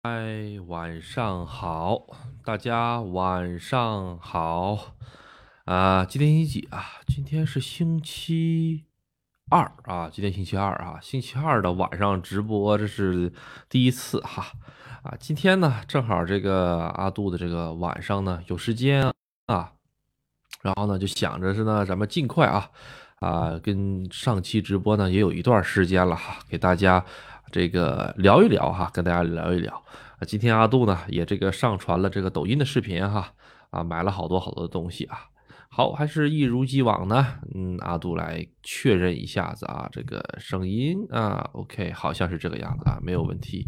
嗨，晚上好，大家晚上好今天星期几啊？今天是星期二啊，今天星期二啊，星期二的晚上直播，这是第一次哈今天呢，正好这个阿杜的这个晚上呢有时间啊，然后呢就想着是呢，咱们尽快跟上期直播呢也有一段时间了哈，给大家这个聊一聊哈，跟大家聊一聊。今天阿杜呢也这个上传了这个抖音的视频哈，买了好多好多的东西啊。好，还是一如既往呢，阿杜来确认一下子啊，这个声音OK，好像是这个样子啊，没有问题。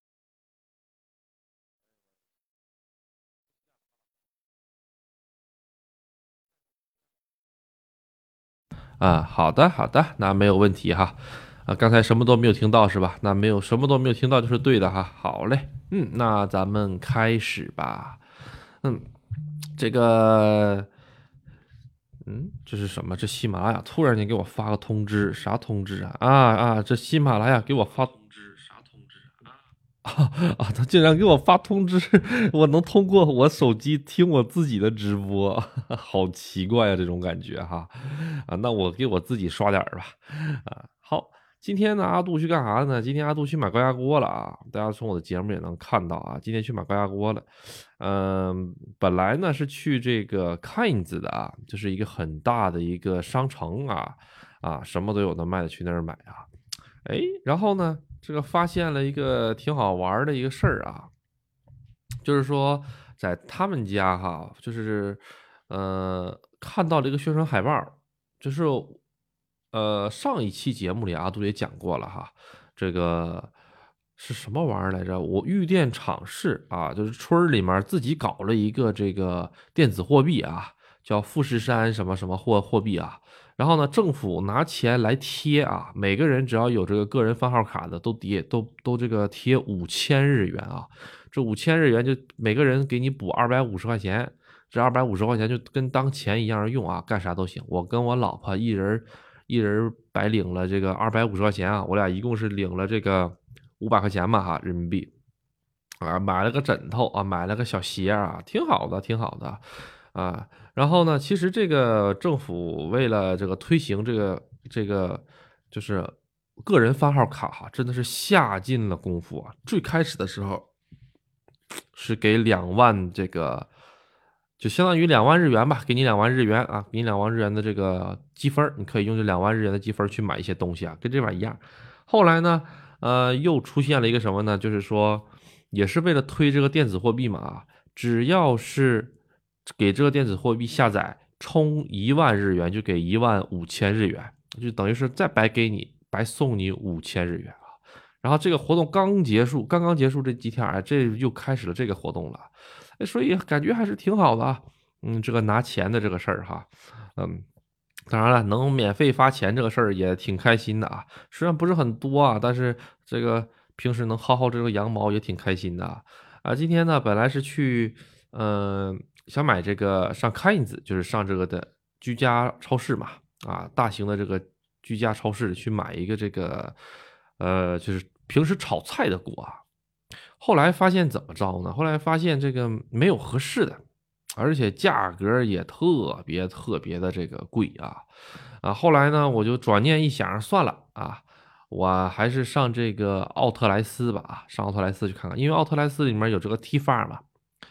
好的好的，那没有问题哈。刚才什么都没有听到是吧？那没有什么都没有听到就是对的哈。好嘞，那咱们开始吧。嗯，这个，这是什么？这喜马拉雅突然间给我发个通知，啥通知啊？这喜马拉雅给我发通知，啥通知他竟然给我发通知，我能通过我手机听我自己的直播，好奇怪啊，这种感觉哈。那我给我自己刷点儿吧。好，今天呢，阿杜去干啥呢？今天阿杜去买高压锅了啊！大家从我的节目也能看到啊，今天去买高压锅了。本来呢是去这个 Kinds 的啊，就是一个很大的一个商城什么都有的卖的，去那儿买啊。然后呢，这个发现了一个挺好玩的一个事儿啊，就是说在他们家哈，就是看到了一个宣传海报，就是上一期节目里阿杜也讲过了哈，这个是什么玩意儿来着？我玉电厂市啊，就是村儿里面自己搞了一个这个电子货币啊，叫富士山什么什么货币啊。然后呢，政府拿钱来贴啊，每个人只要有这个个人番号卡的，都这个贴5000日元啊。这5000日元就每个人给你补250块钱，这250块钱就跟当钱一样用啊，干啥都行。我跟我老婆一人白领了这个250块钱啊，我俩一共是领了这个500块钱吧哈，人民币买了个枕头啊，买了个小鞋啊，挺好的，挺好的然后呢，其实这个政府为了这个推行这个就是个人番号卡哈，真的是下尽了功夫啊。最开始的时候是给2万这个，就相当于2万日元吧，给你两万日元啊，给你两万日元的这个积分你可以用这2万日元的积分去买一些东西啊，跟这边一样。后来呢，又出现了一个什么呢？就是说，也是为了推这个电子货币嘛只要是给这个电子货币下载充1万日元，就给15000日元，就等于是再白送你5000日元啊。然后这个活动刚刚结束这几天这又开始了这个活动了，所以感觉还是挺好的啊。这个拿钱的这个事儿哈，嗯，当然了，能免费发钱这个事儿也挺开心的啊。虽然不是很多但是这个平时能薅薅这个羊毛也挺开心的今天呢，本来是去想买这个上 Kinds，就是上这个的居家超市嘛大型的这个居家超市去买一个这个就是平时炒菜的锅后来发现怎么着呢？后来发现这个没有合适的，而且价格也特别特别的这个贵后来呢，我就转念一想，算了我还是上这个奥特莱斯吧上奥特莱斯去看看，因为奥特莱斯里面有这个 T-Far 嘛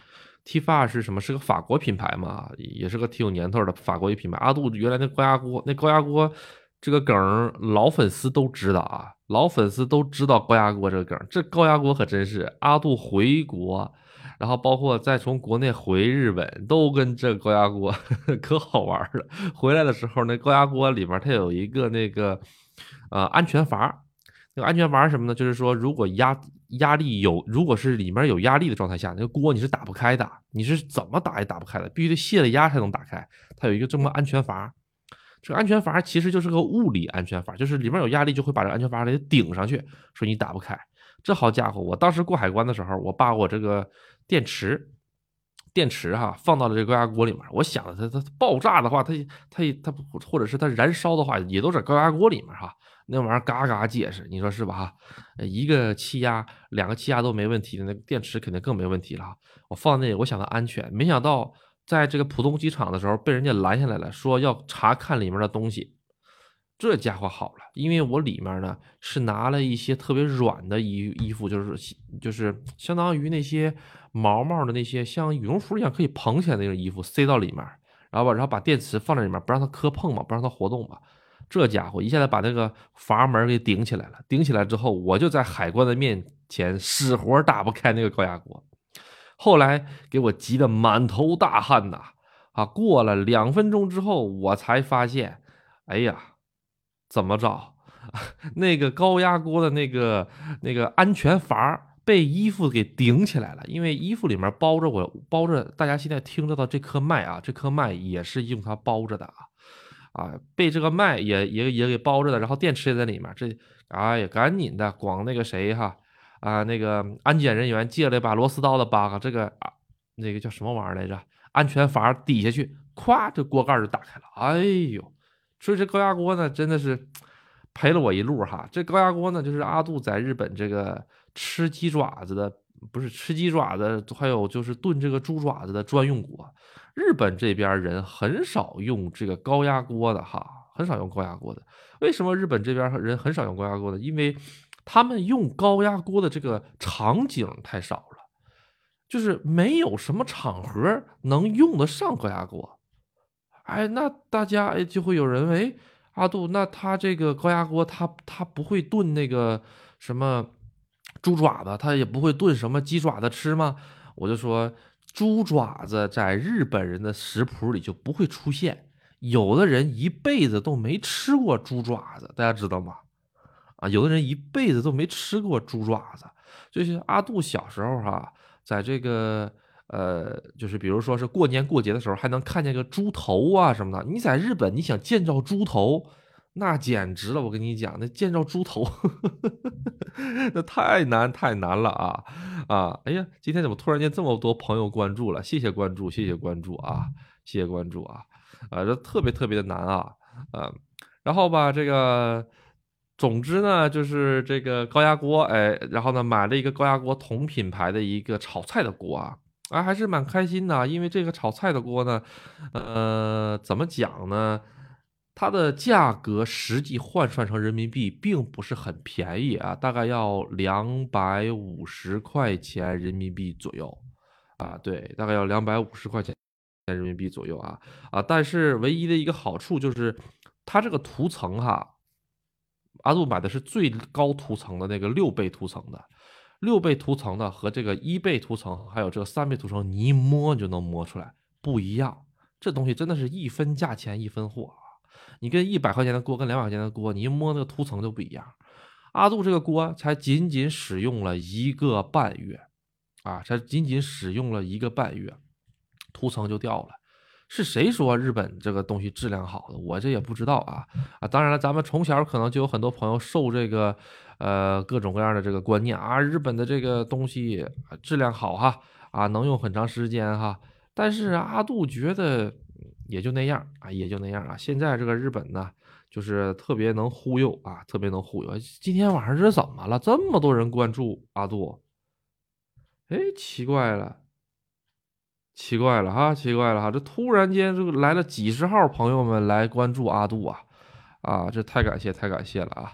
，T-Far 是什么？是个法国品牌嘛，也是个挺有年头的法国一品牌。阿杜原来那高压锅这个梗老粉丝都知道老粉丝都知道高压锅这个梗这高压锅可真是阿杜回国，然后包括再从国内回日本，都跟这个高压锅可好玩了。回来的时候，那高压锅里面它有一个那个安全阀，那个安全阀是什么呢？就是说，如果是里面有压力的状态下，那个锅你是打不开的，你是怎么打也打不开的，必须得泄了压才能打开。它有一个这么安全阀，这个安全阀其实就是个物理安全阀，就是里面有压力就会把这个安全阀给顶上去，说你打不开。这好家伙，我当时过海关的时候，我把我这个电池放到了这个高压锅里面，我想它爆炸的话，它或者是它燃烧的话，也都在高压锅里面那玩意儿嘎嘎结实，你说是吧？哈，一个气压、2个气压都没问题的，那电池肯定更没问题了。我放那里，我想它安全，没想到在这个浦东机场的时候被人家拦下来了，说要查看里面的东西。这家伙好了，因为我里面呢是拿了一些特别软的衣服，就是相当于那些毛毛的那些像羽绒服一样可以蓬起来的那种衣服塞到里面，然后把电池放在里面，不让它磕碰嘛，不让它活动嘛。这家伙一下子把那个阀门给顶起来了，顶起来之后，我就在海关的面前死活打不开那个高压锅。后来给我急得满头大汗呐！过了2分钟之后，我才发现，哎呀，怎么着？那个高压锅的那个安全阀被衣服给顶起来了，因为衣服里面包着大家现在听得到这颗麦啊，这颗麦也是用它包着的被这个麦也给包着的，然后电池也在里面，哎呀，赶紧的，光那个谁那个安检人员借了一把螺丝刀的把这个那个叫什么玩意儿来着？安全阀抵下去，咵，这锅盖就打开了。哎呦，所以这高压锅呢，真的是陪了我一路哈。这高压锅呢，就是阿杜在日本这个吃鸡爪子的，不是吃鸡爪子，还有就是炖这个猪爪子的专用锅。日本这边人很少用这个高压锅的哈，很少用高压锅的。为什么日本这边人很少用高压锅的？因为他们用高压锅的这个场景太少了，就是没有什么场合能用得上高压锅。那大家就会有人问，阿杜，那他这个高压锅他不会炖那个什么猪爪子，他也不会炖什么鸡爪子吃吗？我就说，猪爪子在日本人的食谱里就不会出现，有的人一辈子都没吃过猪爪子，大家知道吗？有的人一辈子都没吃过猪爪子，就是阿杜小时候在这个就是比如说是过年过节的时候，还能看见个猪头啊什么的。你在日本，你想见着猪头，那简直了！我跟你讲，那见着猪头，那太难了哎呀，今天怎么突然间这么多朋友关注了？谢谢关注，谢谢关注啊，谢谢关注这特别特别的难然后吧，这个。总之呢，就是这个高压锅，然后呢，买了一个高压锅同品牌的一个炒菜的锅还是蛮开心的，因为这个炒菜的锅呢，怎么讲呢？它的价格实际换算成人民币并不是很便宜大概要250块钱人民币左右对，大概要250块钱人民币左右但是唯一的一个好处就是它这个涂层阿杜买的是最高涂层的那个6倍涂层的，6倍涂层的和这个1倍涂层，还有这个3倍涂层，你一摸就能摸出来不一样。这东西真的是一分价钱一分货你跟100块钱的锅跟200块钱的锅，你一摸那个涂层就不一样。阿杜这个锅才仅仅使用了1个半月才仅仅使用了1个半月，涂层就掉了。是谁说日本这个东西质量好的？我这也不知道当然了，咱们从小可能就有很多朋友受这个各种各样的这个观念日本的这个东西质量好能用很长时间但是阿杜觉得也就那样也就那样现在这个日本呢，就是特别能忽悠特别能忽悠。今天晚上这怎么了？这么多人关注阿杜？奇怪了。奇怪了奇怪了这突然间这个来了几十号朋友们来关注阿杜这太感谢太感谢了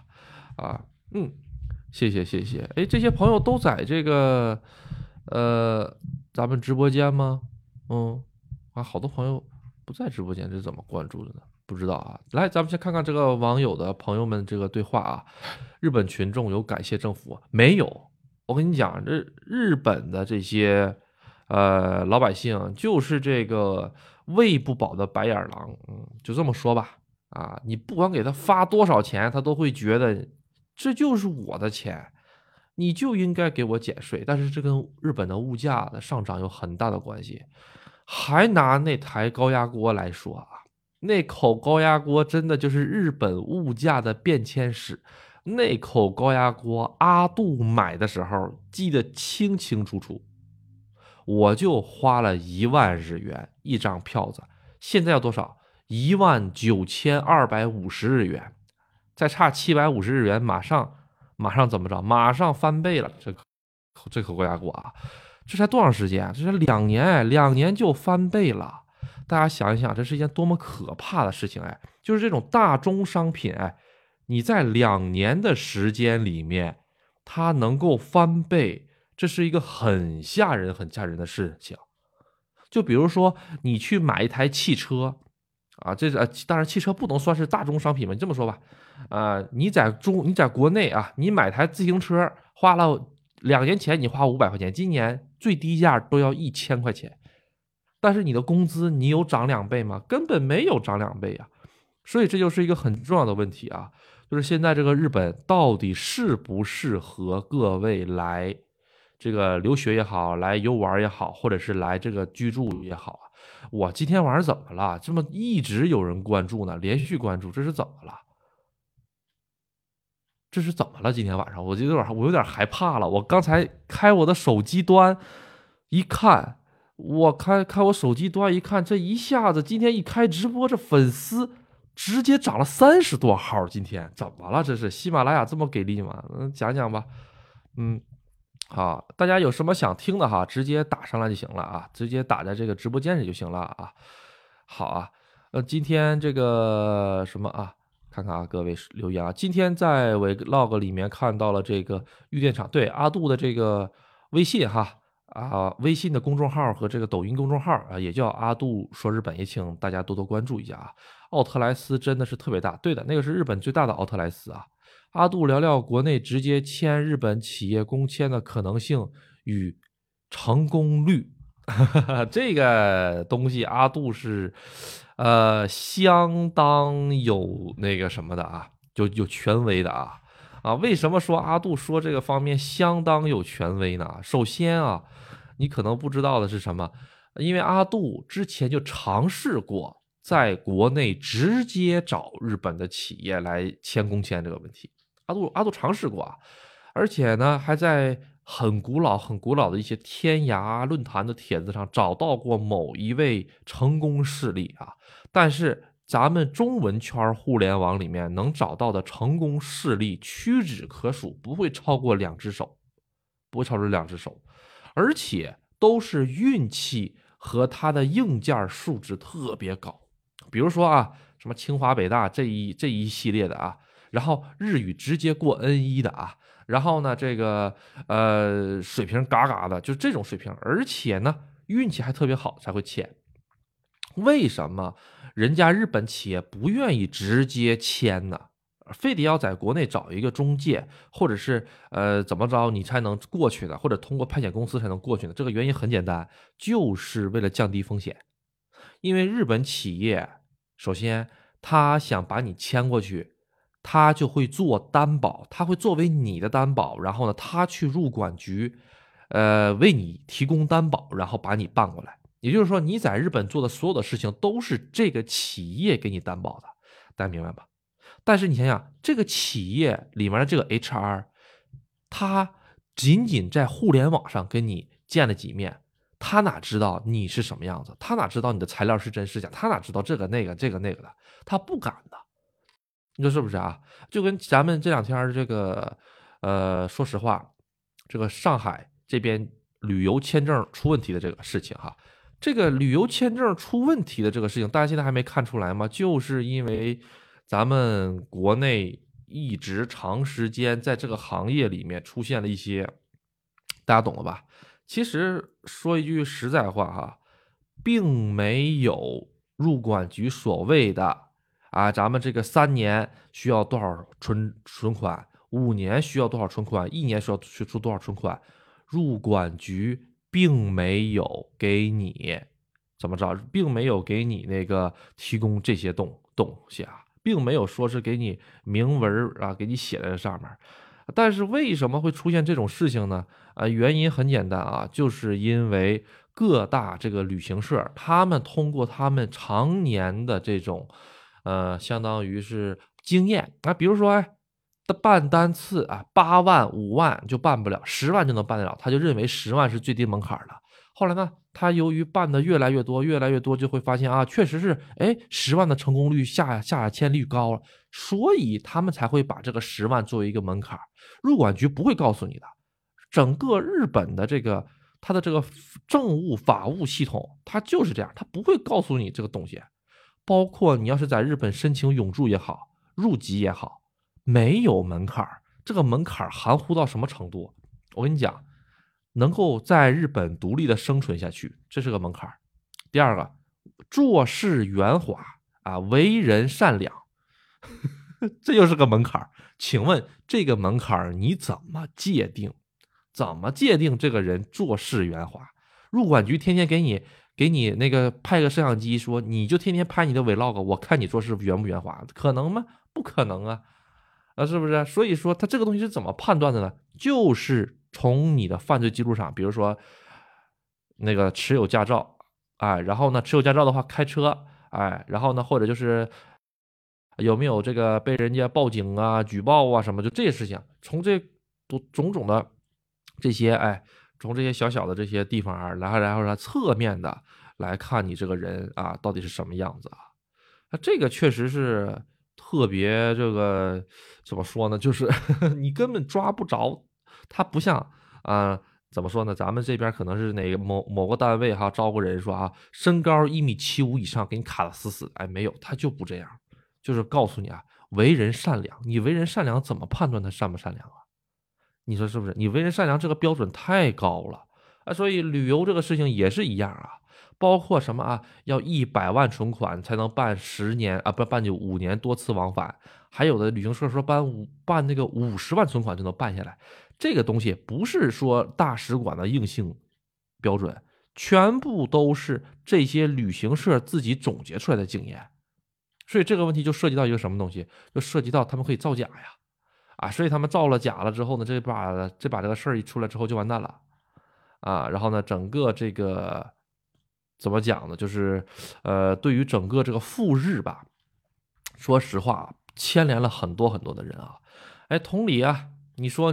谢谢谢谢。这些朋友都在这个咱们直播间吗？好多朋友不在直播间，这是怎么关注的呢？不知道来，咱们先看看这个网友的朋友们这个对话日本群众有感谢政府没有？我跟你讲，这日本的这些。老百姓就是这个喂不饱的白眼狼，就这么说吧，你不管给他发多少钱，他都会觉得这就是我的钱，你就应该给我减税。但是这跟日本的物价的上涨有很大的关系。还拿那台高压锅来说那口高压锅真的就是日本物价的变迁史。那口高压锅阿杜买的时候记得清清楚楚。我就花了1万日元一张票子，现在要多少？19250日元， 再差750日元，马上怎么着？马上翻倍了，这个国家股啊，这才多长时间？这是2年就翻倍了。大家想一想，这是一件多么可怕的事情哎！就是这种大宗商品哎，你在2年的时间里面，它能够翻倍，这是一个很吓人的事情。就比如说你去买一台汽车啊，当然汽车不能算是大宗商品嘛，你这么说吧，你在国内啊，你买台自行车花了2年前你花500块钱，今年最低价都要1000块钱，但是你的工资你有涨2倍吗？根本没有涨2倍啊，所以这就是一个很重要的问题啊，就是现在这个日本到底适不适合各位来这个留学也好，来游玩也好，或者是来这个居住也好啊。我今天晚上怎么了？这么一直有人关注呢，连续关注，这是怎么了？这是怎么了？今天晚上我有点害怕了。我刚才开我的手机端一看，我开我手机端一看，这一下子今天一开直播，这粉丝直接涨了30多号。今天怎么了？这是喜马拉雅这么给力吗？讲讲吧。好，大家有什么想听的哈，直接打上来就行了啊，直接打在这个直播间里就行了啊。好啊，今天这个什么啊？看看啊，各位留言啊，今天在 vlog 里面看到了这个玉电厂，对阿杜的这个微信哈微信的公众号和这个抖音公众号啊，也叫阿杜说日本，也请大家多多关注一下啊。奥特莱斯真的是特别大，对的，那个是日本最大的奥特莱斯啊。阿杜聊聊国内直接签日本企业工签的可能性与成功率。这个东西阿杜是相当有那个什么的啊，就有权威的啊。为什么说阿杜说这个方面相当有权威呢？首先啊，你可能不知道的是什么，因为阿杜之前就尝试过在国内直接找日本的企业来签工签这个问题。阿杜尝试过啊，而且呢，还在很古老的一些天涯论坛的帖子上找到过某一位成功事例啊。但是咱们中文圈互联网里面能找到的成功事例屈指可数，不会超过2只手，而且都是运气和他的硬件素质特别高。比如说啊，什么清华北大这一系列的啊。然后日语直接过 N1的啊，然后呢，这个水平嘎嘎的，就这种水平，而且呢运气还特别好才会签。为什么人家日本企业不愿意直接签呢？非得要在国内找一个中介，或者是怎么着你才能过去的，或者通过派遣公司才能过去的？这个原因很简单，就是为了降低风险。因为日本企业首先他想把你签过去。他就会做担保，他会作为你的担保，然后呢，他去入管局，为你提供担保，然后把你办过来。也就是说，你在日本做的所有的事情都是这个企业给你担保的，大家明白吧？但是你想想，这个企业里面的这个 HR，他仅仅在互联网上跟你见了几面，他哪知道你是什么样子？他哪知道你的材料是真是假？他哪知道这个那个的？他不敢的。你说是不是啊？就跟咱们这2天这个，说实话，这个上海这边旅游签证出问题的这个事情哈，这个旅游签证出问题的这个事情，大家现在还没看出来吗？就是因为咱们国内一直长时间在这个行业里面出现了一些，大家懂了吧？其实说一句实在话哈，并没有入管局所谓的。咱们这个3年需要多少存款，5年需要多少存款，1年需要出多少存款，入管局并没有给你怎么着，并没有给你那个提供这些东西啊，并没有说是给你明文啊，给你写在上面。但是为什么会出现这种事情呢？原因很简单啊，就是因为各大这个旅行社，他们通过他们常年的这种。相当于是经验比如说办单次8万5万就办不了，10万就能办得了，他就认为10万是最低门槛了。后来呢， 他由于办的越来越多，越来越多，就会发现啊，确实是，哎，10万的成功率下签率高了，所以他们才会把这个10万作为一个门槛。入管局不会告诉你的，整个日本的它的这个政务法务系统，它就是这样，它不会告诉你这个东西。包括你要是在日本申请永住也好，入籍也好，没有门槛。这个门槛含糊到什么程度？我跟你讲，能够在日本独立的生存下去，这是个门槛。第二个，做事圆滑啊，为人善良，这又是个门槛。请问这个门槛你怎么界定？怎么界定这个人做事圆滑？入管局天天给你那个派个摄像机，说你就天天拍你的 vlog， 我看你做事圆不圆滑，可能吗？不可能啊！是不是？所以说他这个东西是怎么判断的呢？就是从你的犯罪记录上，比如说那个持有驾照，哎，然后呢持有驾照的话开车，哎，然后呢或者就是有没有这个被人家报警啊、举报啊什么，就这些事情，从这种种的这些，哎，从这些小小的这些地方啊，然后呢侧面的来看你这个人啊到底是什么样子啊？那这个确实是特别这个怎么说呢？就是你根本抓不着，他不像啊、怎么说呢？咱们这边可能是哪个某个单位哈招个人说啊，身高1.75米以上，给你卡的死死的，哎，没有，他就不这样。就是告诉你啊，为人善良，你为人善良怎么判断他善不善良啊？你说是不是？你为人善良这个标准太高了啊！所以旅游这个事情也是一样啊，包括什么啊，要100万存款才能办10年啊，不办就5年多次往返，还有的旅行社说办那个50万存款就能办下来，这个东西不是说大使馆的硬性标准，全部都是这些旅行社自己总结出来的经验。所以这个问题就涉及到一个什么东西，就涉及到他们可以造假呀，啊，所以他们造了假了之后呢，这把这个事儿一出来之后就完蛋了，啊，然后呢，整个这个怎么讲呢？就是对于整个这个赴日吧，说实话牵连了很多很多的人啊，哎，同理啊，你说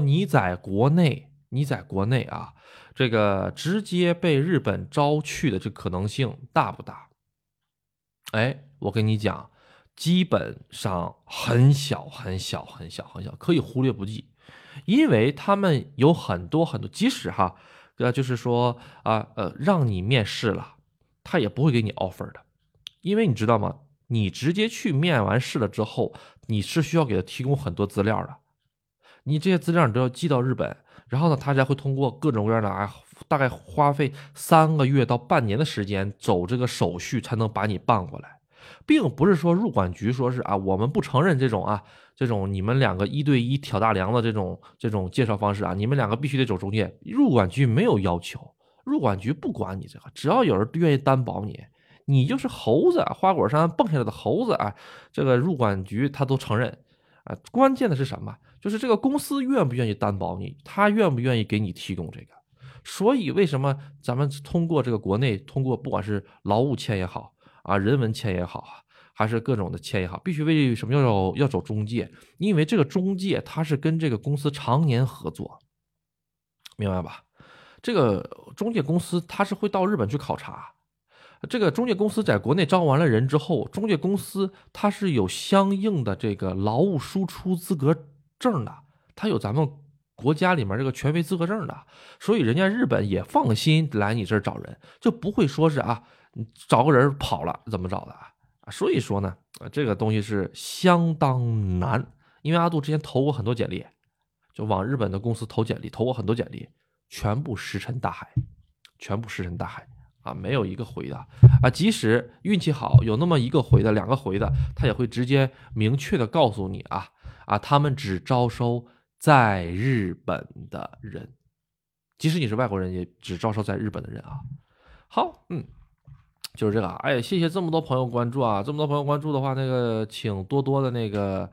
你在国内啊，这个直接被日本招去的这可能性大不大？哎，我跟你讲，基本上很小很小很小很小，可以忽略不计，因为他们有很多很多，即使哈，就是说啊，让你面试了，他也不会给你 offer 的，因为你知道吗？你直接去面完试了之后，你是需要给他提供很多资料的，你这些资料你都要寄到日本，然后呢，他才会通过各种各样的啊，大概花费3个月到半年的时间走这个手续，才能把你办过来，并不是说入管局说是啊，我们不承认这种你们两个1对1挑大梁的这种介绍方式啊，你们两个必须得走中介，入管局没有要求，入管局不管你这个，只要有人愿意担保你。你就是猴子，花果山蹦下来的猴子啊！这个入管局他都承认啊。关键的是什么？就是这个公司愿不愿意担保你，他愿不愿意给你提供这个。所以为什么咱们通过这个国内，通过不管是劳务签也好啊，人文签也好啊，还是各种的签也好，必须为什么要走中介？因为这个中介他是跟这个公司常年合作，明白吧？这个中介公司他是会到日本去考察。这个中介公司在国内招完了人之后，中介公司它是有相应的这个劳务输出资格证的，它有咱们国家里面这个权威资格证的，所以人家日本也放心来你这儿找人，就不会说是啊，你找个人跑了怎么找的啊？所以说呢，这个东西是相当难，因为阿杜之前投过很多简历，就往日本的公司投简历，投过很多简历，全部石沉大海，全部石沉大海。啊，没有一个回的啊！即使运气好，有那么1个回的、2个回的，他也会直接明确的告诉你啊，他们只招收在日本的人，即使你是外国人，也只招收在日本的人啊。好，就是这个啊。哎，谢谢这么多朋友关注啊！这么多朋友关注的话，那个请多多的那个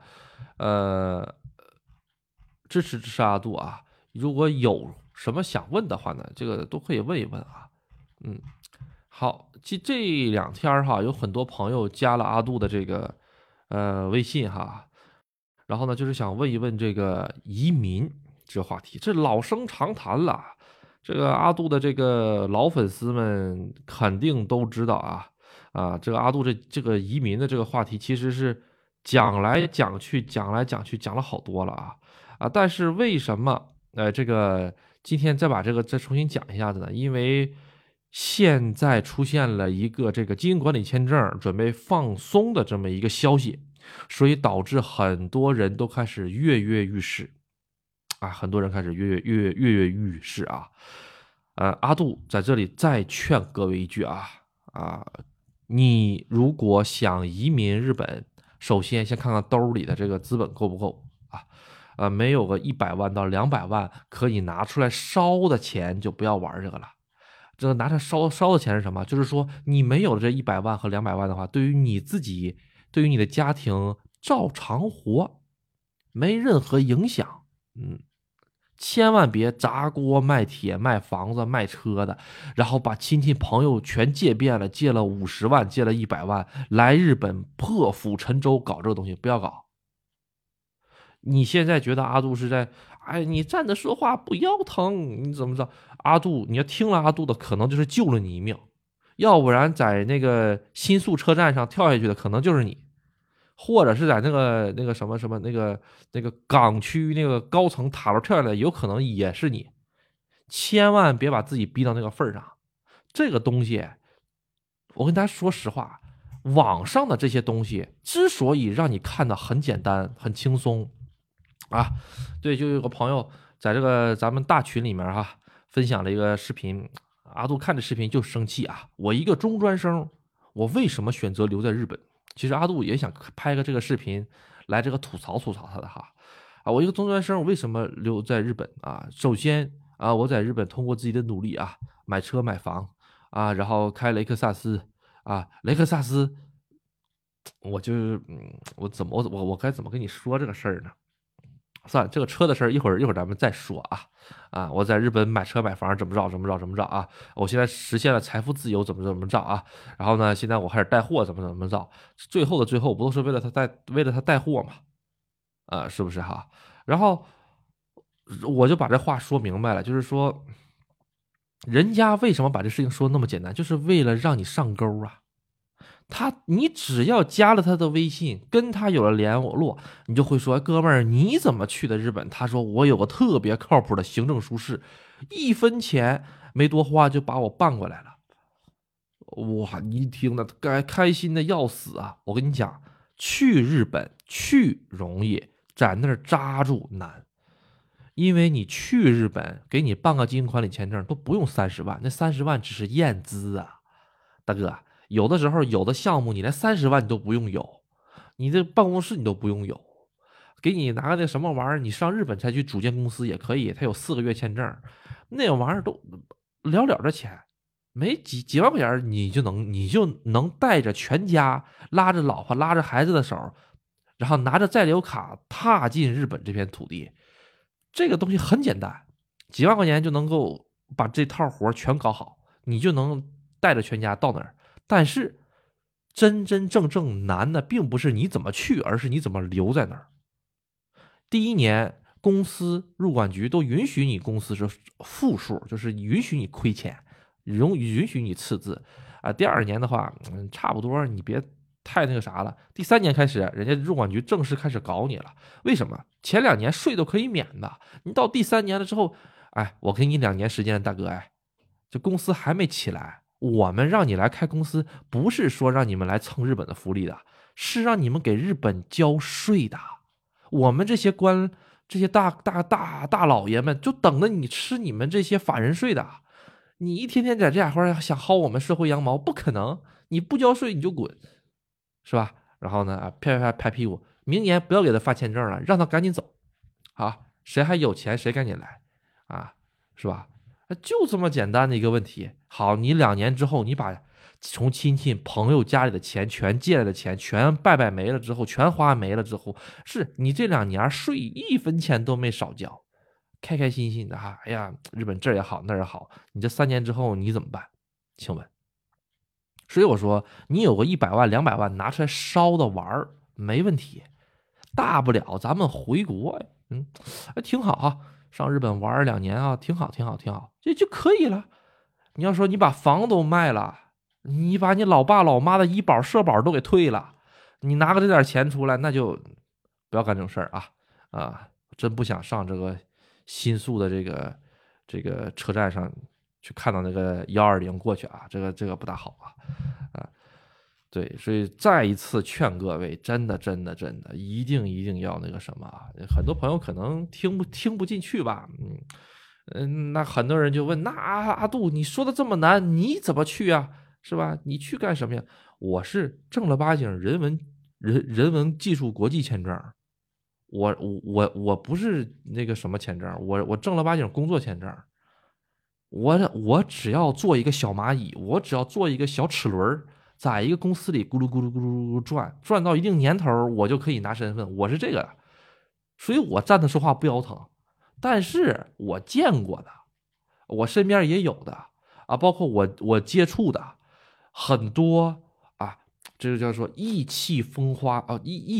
支持阿杜啊！如果有什么想问的话呢，这个都可以问一问啊。好，这2天哈，有很多朋友加了阿杜的这个微信哈，然后呢，就是想问一问这个移民这个话题，这老生常谈了。 这个阿杜的这个老粉丝们肯定都知道这个阿杜这个移民的这个话题，其实是讲来讲去，讲来讲去，讲了好多了但是为什么这个今天再把这个再重新讲一下子呢？因为现在出现了一个这个基金管理签证准备放松的这么一个消息，所以导致很多人都开始跃跃欲试很多人开始跃跃欲试阿杜在这里再劝各位一句你如果想移民日本，首先先看看兜里的这个资本够不够没有个100万到200万可以拿出来烧的钱，就不要玩这个了。这个拿出来烧的钱是什么？就是说你没有这100万和200万的话，对于你自己，对于你的家庭照常活，没任何影响。千万别砸锅卖铁卖房子卖车的，然后把亲戚朋友全借遍了，借了50万，借了100万，来日本破釜沉舟搞这个东西，不要搞。你现在觉得阿杜是在，你站着说话不腰疼，你怎么着？阿杜，你要听了阿杜的，可能就是救了你一命，要不然在那个新宿车站上跳下去的，可能就是你。或者是在那个什么什么那个港区那个高层塔楼跳下来，有可能也是你。千万别把自己逼到那个份上。这个东西，我跟大家说实话，网上的这些东西之所以让你看的很简单很轻松对，就有个朋友在这个咱们大群里面分享了一个视频，阿杜看着视频就生气我一个中专生，我为什么选择留在日本？其实阿杜也想拍个这个视频来这个吐槽吐槽他的我一个中专生，我为什么留在日本首先我在日本通过自己的努力买车买房然后开雷克萨斯雷克萨斯，我就是我该怎么跟你说这个事儿呢？算了，这个车的事儿一会儿咱们再说我在日本买车买房怎么着我现在实现了财富自由怎么着然后呢，现在我开始带货怎么着，最后的最后不都是为了他带货嘛是不是然后我就把这话说明白了，就是说人家为什么把这事情说那么简单，就是为了让你上钩你只要加了他的微信，跟他有了联络，你就会说哥们儿你怎么去的日本？他说我有个特别靠谱的行政书士，1分钱没多花就把我办过来了。哇，你一听呢该开心的要死我跟你讲，去日本去容易，在那儿扎住难。因为你去日本给你办个基金管理签证都不用30万，那30万只是验资大哥，有的时候有的项目你连30万你都不用有，你这办公室你都不用有，给你拿个那什么玩意儿，你上日本才去组建公司也可以，他有4个月签证，那玩意儿都了的钱，没几万块钱你就能带着全家，拉着老婆拉着孩子的手，然后拿着在留卡踏进日本这片土地。这个东西很简单，几万块钱就能够把这套活全搞好，你就能带着全家到那儿。但是真正难的并不是你怎么去，而是你怎么留在那儿。第1年公司入管局都允许你公司是负数，就是允许你亏钱，允许你赤字第2年的话差不多你别太那个啥了。第3年开始人家入管局正式开始搞你了。为什么？前2年税都可以免的，你到第3年了之后我给你2年时间，大哥这公司还没起来，我们让你来开公司不是说让你们来蹭日本的福利的，是让你们给日本交税的。我们这些这些大老爷们就等着你吃你们这些法人税的。你一天天在这家伙想薅我们社会羊毛，不可能，你不交税你就滚，是吧？然后呢拍屁股，明年不要给他发签证了，让他赶紧走谁还有钱谁赶紧来是吧？就这么简单的一个问题。好，你2年之后你把从亲戚朋友家里的钱全借来的钱全拜没了之后，全花没了之后，是你这2年税1分钱都没少交，开开心心的哎呀，日本这儿也好那儿也好，你这3年之后你怎么办？请问？所以我说你有个100万200万拿出来烧的玩没问题，大不了咱们回国挺好上日本玩2年啊，挺好，挺好，挺好，这就可以了。你要说你把房都卖了，你把你老爸老妈的医保社保都给退了，你拿个这点钱出来，那就不要干这种事儿啊啊！真不想上这个新宿的这个车站上去看到那个120过去啊，这个不大好啊。对，所以再一次劝各位，真的真的真的，一定要那个什么啊！很多朋友可能听不进去吧，那很多人就问，那阿杜你说的这么难，你怎么去啊？是吧？你去干什么呀？我是正儿八经人文技术国际签证，我不是那个什么签证，我正儿八经工作签证，我只要做一个小蚂蚁，我只要做一个小齿轮，在一个公司里咕噜咕噜咕噜咕噜转，转到一定年头，我就可以拿身份。我是这个，所以我站着说话不腰疼。但是我见过的，我身边也有的啊，包括我接触的很多啊，这就叫做意气风发啊，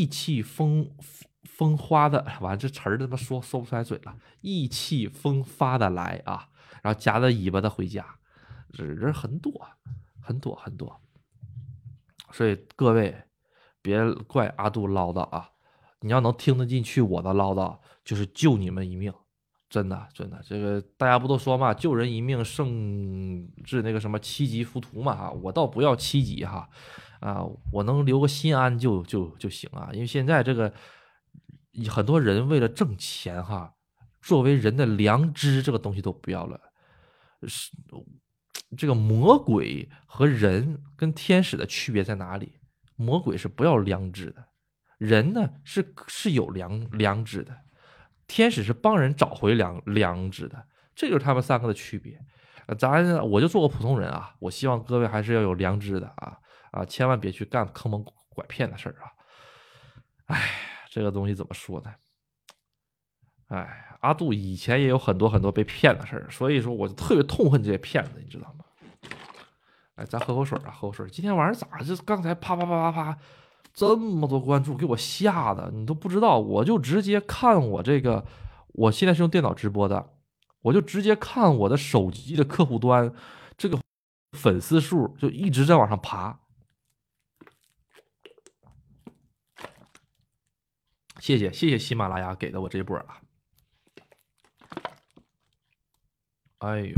意气风发的，完这词儿他妈说不出来嘴了，意气风发的来啊。然后夹着尾巴的回家，人很多很多很多，所以各位别怪阿杜唠叨啊！你要能听得进去我的唠叨，就是救你们一命，真的真的。这个大家不都说嘛，救人一命胜治那个什么7级浮屠嘛哈，我倒不要7级哈，啊，我能留个心安就行啊，因为现在这个很多人为了挣钱哈，作为人的良知这个东西都不要了。是这个魔鬼和人跟天使的区别在哪里？魔鬼是不要良知的，人呢是有良知的，天使是帮人找回良知的，这就是他们3个的区别。我就做个普通人啊，我希望各位还是要有良知的啊，千万别去干坑蒙拐骗的事儿啊！哎，这个东西怎么说呢？哎，阿杜以前也有很多很多被骗的事儿，所以说我就特别痛恨这些骗子，你知道吗？哎，咱喝口水啊，喝口水。今天晚上咋就刚才啪啪啪啪啪这么多关注，给我吓的，你都不知道。我就直接看我这个，我现在是用电脑直播的，我就直接看我的手机的客户端，这个粉丝数就一直在往上爬。谢谢喜马拉雅给的我这一波啊！哎呦，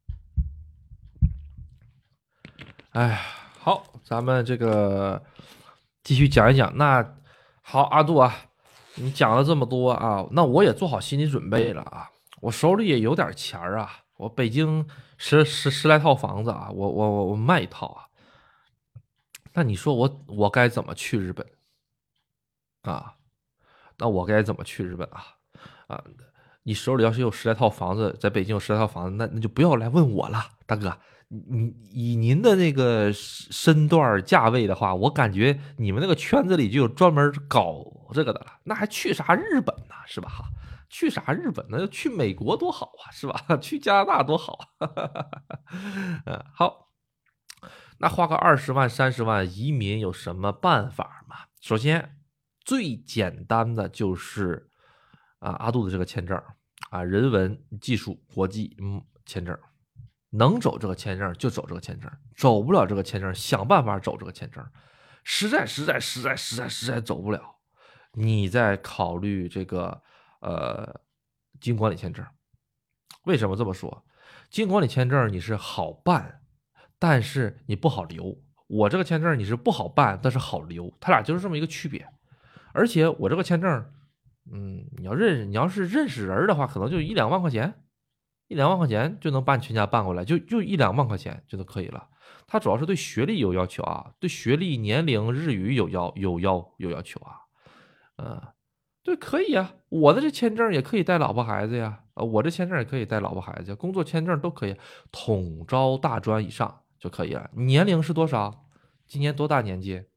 哎，好，咱们这个继续讲一讲。那好，阿杜啊，你讲了这么多啊，那我也做好心理准备了啊，我手里也有点钱啊，我北京十来套房子啊，我卖一套啊。那你说我该怎么去日本啊？那我该怎么去日本啊？啊，你手里要是有十来套房子，在北京有十来套房子，那就不要来问我了，大哥。以您的那个身段价位的话，我感觉你们那个圈子里就有专门搞这个的了，那还去啥日本呢？是吧？哈，去啥日本呢？去美国多好啊，是吧？去加拿大多好啊！好，那花个20万、30万移民有什么办法吗？首先，最简单的就是阿杜的这个签证啊，人文技术国际签证，能走这个签证就走这个签证，走不了这个签证想办法走这个签证，实在走不了，你再考虑这个经管理签证。为什么这么说？经管理签证你是好办，但是你不好留。我这个签证你是不好办，但是好留，它俩就是这么一个区别。而且我这个签证，你要是认识人的话，可能就1-2万块钱，1-2万块钱就能把你全家办过来，就1-2万块钱就都可以了。它主要是对学历有要求啊，对学历、年龄、日语有要求啊，对，可以啊，我的这签证也可以带老婆孩子呀，我这签证也可以带老婆孩子，工作签证都可以，统招大专以上就可以了。你年龄是多少？今年多大年纪？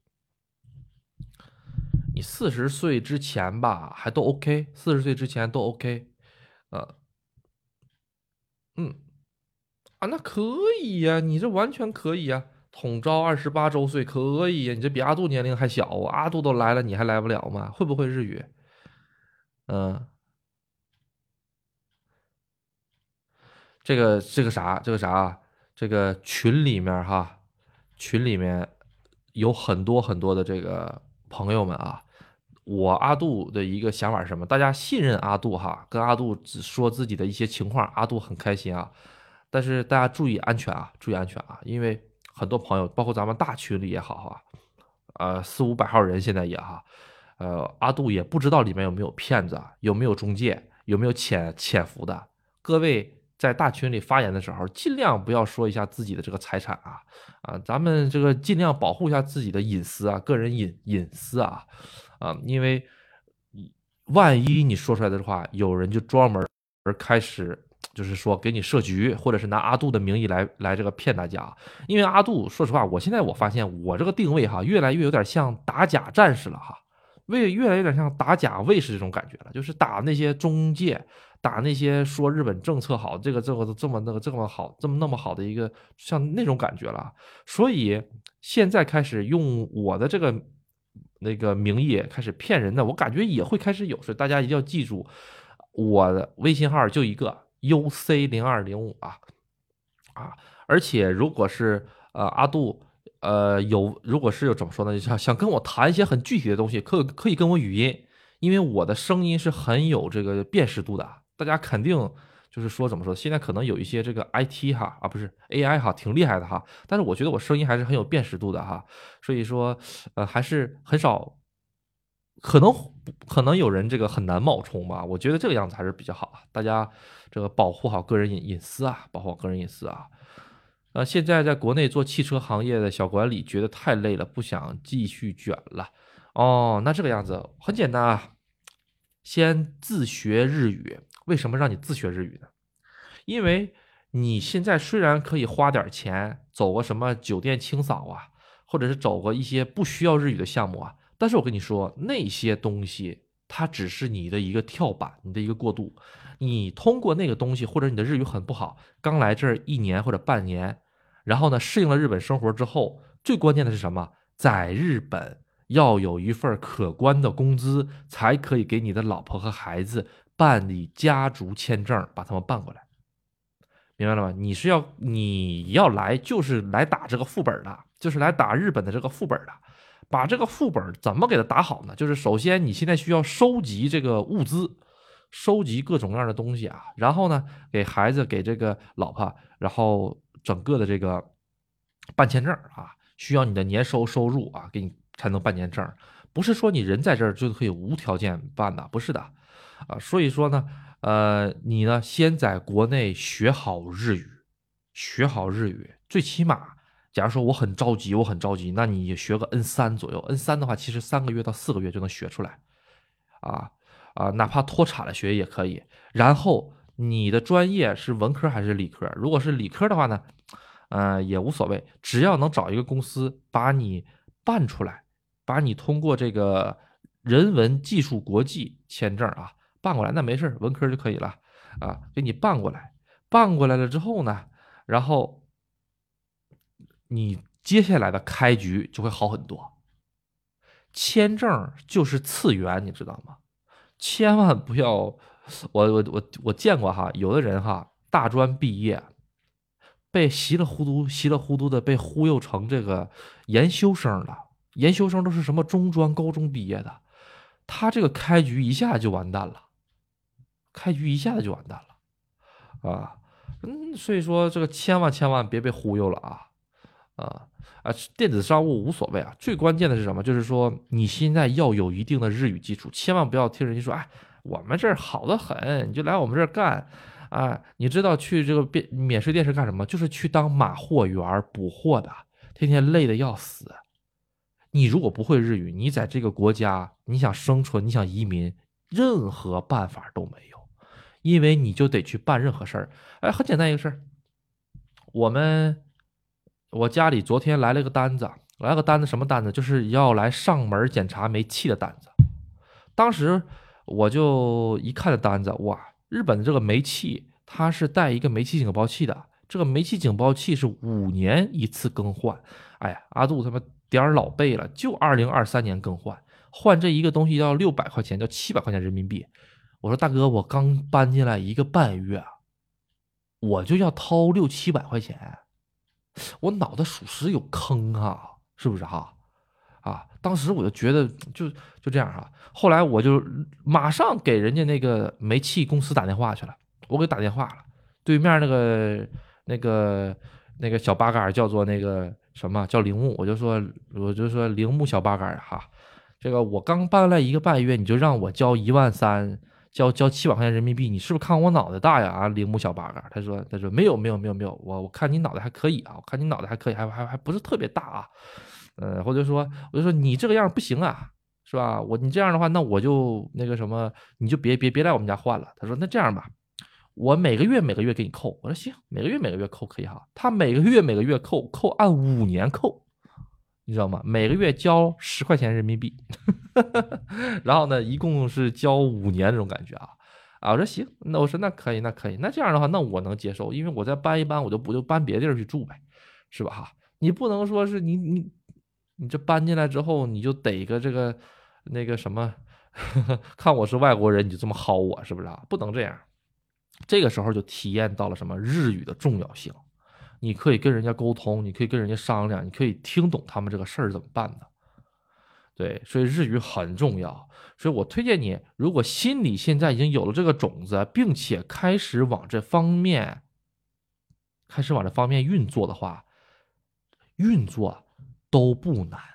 你40岁之前吧，还都 OK，40岁之前都 OK，呃，嗯那可以呀，你这完全可以呀，统招28周岁可以呀，你这比阿杜年龄还小啊，阿杜都来了，你还来不了吗？会不会日语？嗯， 这个群里面哈，群里面有很多很多的这个朋友们啊。我阿杜的一个想法是什么？大家信任阿杜哈，跟阿杜只说自己的一些情况，阿杜很开心啊。但是大家注意安全啊，注意安全啊，因为很多朋友，包括咱们大群里也好哈，400-500号人现在也哈，阿杜也不知道里面有没有骗子啊，有没有中介，有没有潜伏的。各位在大群里发言的时候，尽量不要说一下自己的这个财产咱们这个尽量保护一下自己的隐私啊，个人隐私因为万一你说出来的话，有人就专门开始就是说给你设局，或者是拿阿杜的名义来这个骗大家。因为阿杜，说实话，我发现我这个定位哈，越来越有点像打假战士了哈，越来越有点像打假卫士这种感觉了，就是打那些中介，打那些说日本政策好，这个这么那个这么好，这么那么好的一个像那种感觉了。所以现在开始用我的这个那个名义开始骗人的，我感觉也会开始有，所以大家一定要记住，我的微信号就一个 UC0205啊，而且如果是阿杜如果是有怎么说呢，想跟我谈一些很具体的东西，可以跟我语音，因为我的声音是很有这个辨识度的，大家肯定就是说怎么说，现在可能有一些这个 IT 哈不是 AI 哈挺厉害的哈，但是我觉得我声音还是很有辨识度的哈，所以说还是很少。可能有人这个很难冒充吧，我觉得这个样子还是比较好啊，大家这个保护好个人隐私啊，保护好个人隐私啊。现在在国内做汽车行业的小管理觉得太累了，不想继续卷了。哦，那这个样子很简单啊，先自学日语。为什么让你自学日语呢？因为你现在虽然可以花点钱走个什么酒店清扫啊，或者是走个一些不需要日语的项目啊，但是我跟你说，那些东西它只是你的一个跳板，你的一个过渡。你通过那个东西，或者你的日语很不好，刚来这儿1年或者半年，然后呢适应了日本生活之后，最关键的是什么？在日本要有一份可观的工资，才可以给你的老婆和孩子办理家族签证，把他们办过来。明白了吗？你要来就是来打这个副本的，就是来打日本的这个副本的。把这个副本怎么给它打好呢？就是首先你现在需要收集这个物资，收集各种各样的东西啊，然后呢给孩子给这个老婆，然后整个的这个办签证需要你的年收入给你才能办签证，不是说你人在这儿就可以无条件办的，不是的所以说呢。你呢，先在国内学好日语，学好日语，最起码，假如说我很着急，那你也学个 N3左右，N3的话，其实3个月到4个月就能学出来，哪怕脱产了学也可以。然后你的专业是文科还是理科？如果是理科的话呢，也无所谓，只要能找一个公司把你办出来，把你通过这个人文技术国际签证办过来，那没事文科就可以了给你办过来，办过来了之后呢，然后你接下来的开局就会好很多。签证就是次元，你知道吗？千万不要，我见过有的人大专毕业，被稀里糊涂的被忽悠成这个研修生了。研修生都是什么中专、高中毕业的，他这个开局一下就完蛋了。开局一下子就完蛋了所以说这个千万别被忽悠了电子商务无所谓最关键的是什么？就是说你现在要有一定的日语基础，千万不要听人家说，我们这儿好的很，你就来我们这儿干你知道去这个免税店是干什么？就是去当马货员补货的，天天累得要死。你如果不会日语，你在这个国家，你想生存，你想移民，任何办法都没有。因为你就得去办任何事儿，很简单一个事儿。我家里昨天来了个单子，什么单子？就是要来上门检查煤气的单子。当时我就一看这单子，哇，日本的这个煤气它是带一个煤气警报器的，这个煤气警报器是5年一次更换。阿杜他妈点老背了，就2023年更换，换这一个东西要600块钱，要700块钱人民币。我说大哥，我刚搬进来1个半月我就要掏600-700块钱，我脑袋属实有坑啊，是不是哈？当时我就觉得就这样哈。后来我就马上给人家那个煤气公司打电话去了，我给打电话了，对面那个小八杆叫做那个什么叫铃木，我就说铃木小八杆哈，这个我刚搬来1个半月，你就让我交13000，交700块钱人民币，你是不是看我脑袋大呀？啊，铃木小八杆，他说没有，我看你脑袋还可以啊，我看你脑袋还可以，还不是特别大啊。我就说你这个样不行啊，是吧？你这样的话，那我就那个什么，你就别来我们家换了。他说那这样吧，我每个月给你扣。我说行，每个月扣可以哈。他每个月扣按5年扣，你知道吗？每个月交10块钱人民币，然后呢，一共是交5年这种感觉啊。我说行，我说那可以，那这样的话，那我能接受，因为我再搬一搬，我就搬别地儿去住呗，是吧哈？你不能说是你这搬进来之后，你就得个这个那个什么，看我是外国人，你就这么薅我，是不是啊？不能这样。这个时候就体验到了什么日语的重要性。你可以跟人家沟通，你可以跟人家商量，你可以听懂他们这个事儿怎么办的。对，所以日语很重要。所以我推荐你，如果心里现在已经有了这个种子，并且开始往这方面运作的话，运作都不难，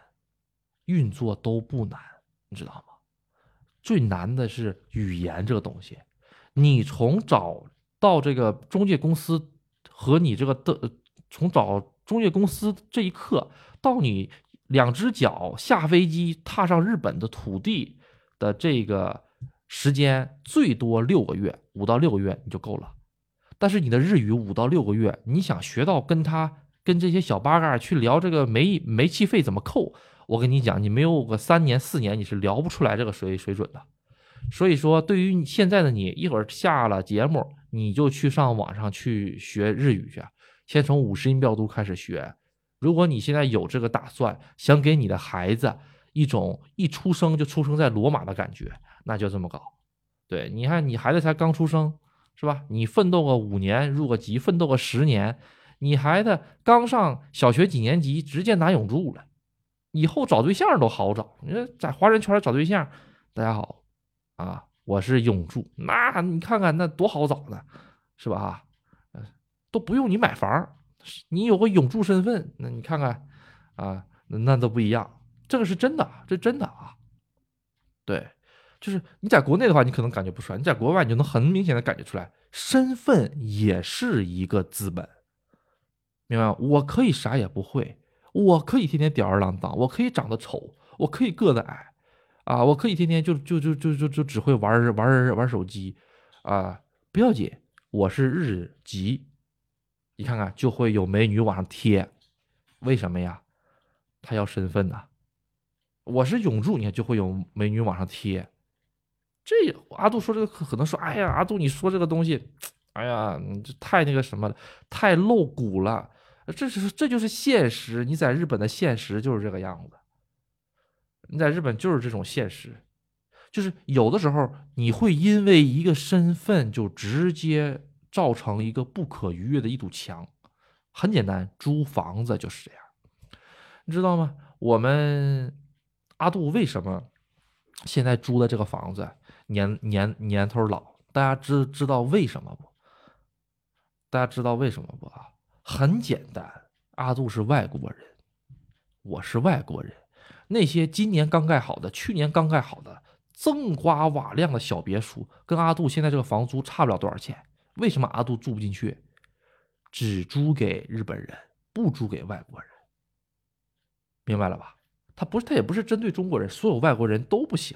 你知道吗？最难的是语言这个东西。你从找到这个中介公司和你这个从找中介公司这一刻到你2只脚下飞机踏上日本的土地的这个时间，最多6个月，5到6个月你就够了。但是你的日语5到6个月，你想学到跟这些小八嘎去聊这个煤气费怎么扣，我跟你讲，你没有个3年4年，你是聊不出来这个水准的。所以说，对于现在的你，一会儿下了节目，你就去上网上去学日语去，先从50音标读开始学。如果你现在有这个打算，想给你的孩子一种一出生就出生在罗马的感觉，那就这么搞。对，你看你孩子才刚出生，是吧？你奋斗个5年，入个籍，奋斗个10年，你孩子刚上小学几年级，直接拿永驻了，以后找对象都好找。你说在华人圈找对象，大家好。我是永驻，那你看看那多好找呢，是吧？都不用你买房，你有个永驻身份，那你看看那都不一样，这个是真的，这真的啊。对，就是你在国内的话，你可能感觉不出来，你在国外你就能很明显的感觉出来，身份也是一个资本，明白吗？我可以啥也不会，我可以天天吊儿郎当，我可以长得丑，我可以个子矮。我可以天天就只会玩手机，不要紧，我是日籍，你看看就会有美女往上贴，为什么呀？他要身份呐。我是永驻，你看就会有美女往上贴。这阿杜说这个可能说，哎呀，阿杜你说这个东西，哎呀，你这太那个什么了，太露骨了。这就是现实，你在日本的现实就是这个样子。你在日本就是这种现实，就是有的时候你会因为一个身份就直接造成一个不可逾越的一堵墙。很简单，租房子就是这样，你知道吗？我们阿杜为什么现在租的这个房子年头老？大家知道为什么不？大家知道为什么不啊？很简单，阿杜是外国人，我是外国人。那些今年刚盖好的、去年刚盖好的锃花瓦亮的小别墅，跟阿杜现在这个房租差不了多少钱。为什么阿杜住不进去？只租给日本人，不租给外国人，明白了吧？他也不是针对中国人，所有外国人都不行。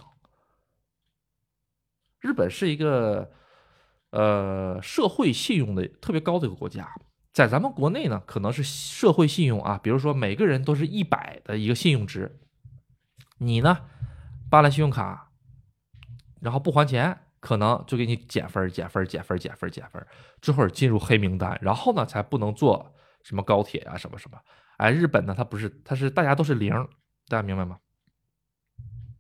日本是一个社会信用的特别高的一个国家，在咱们国内呢，可能是社会信用比如说每个人都是100的一个信用值，你呢办了信用卡，然后不还钱，可能就给你减分，之后进入黑名单，然后呢才不能坐什么高铁啊什么什么。日本呢它不是，它是大家都是0，大家明白吗？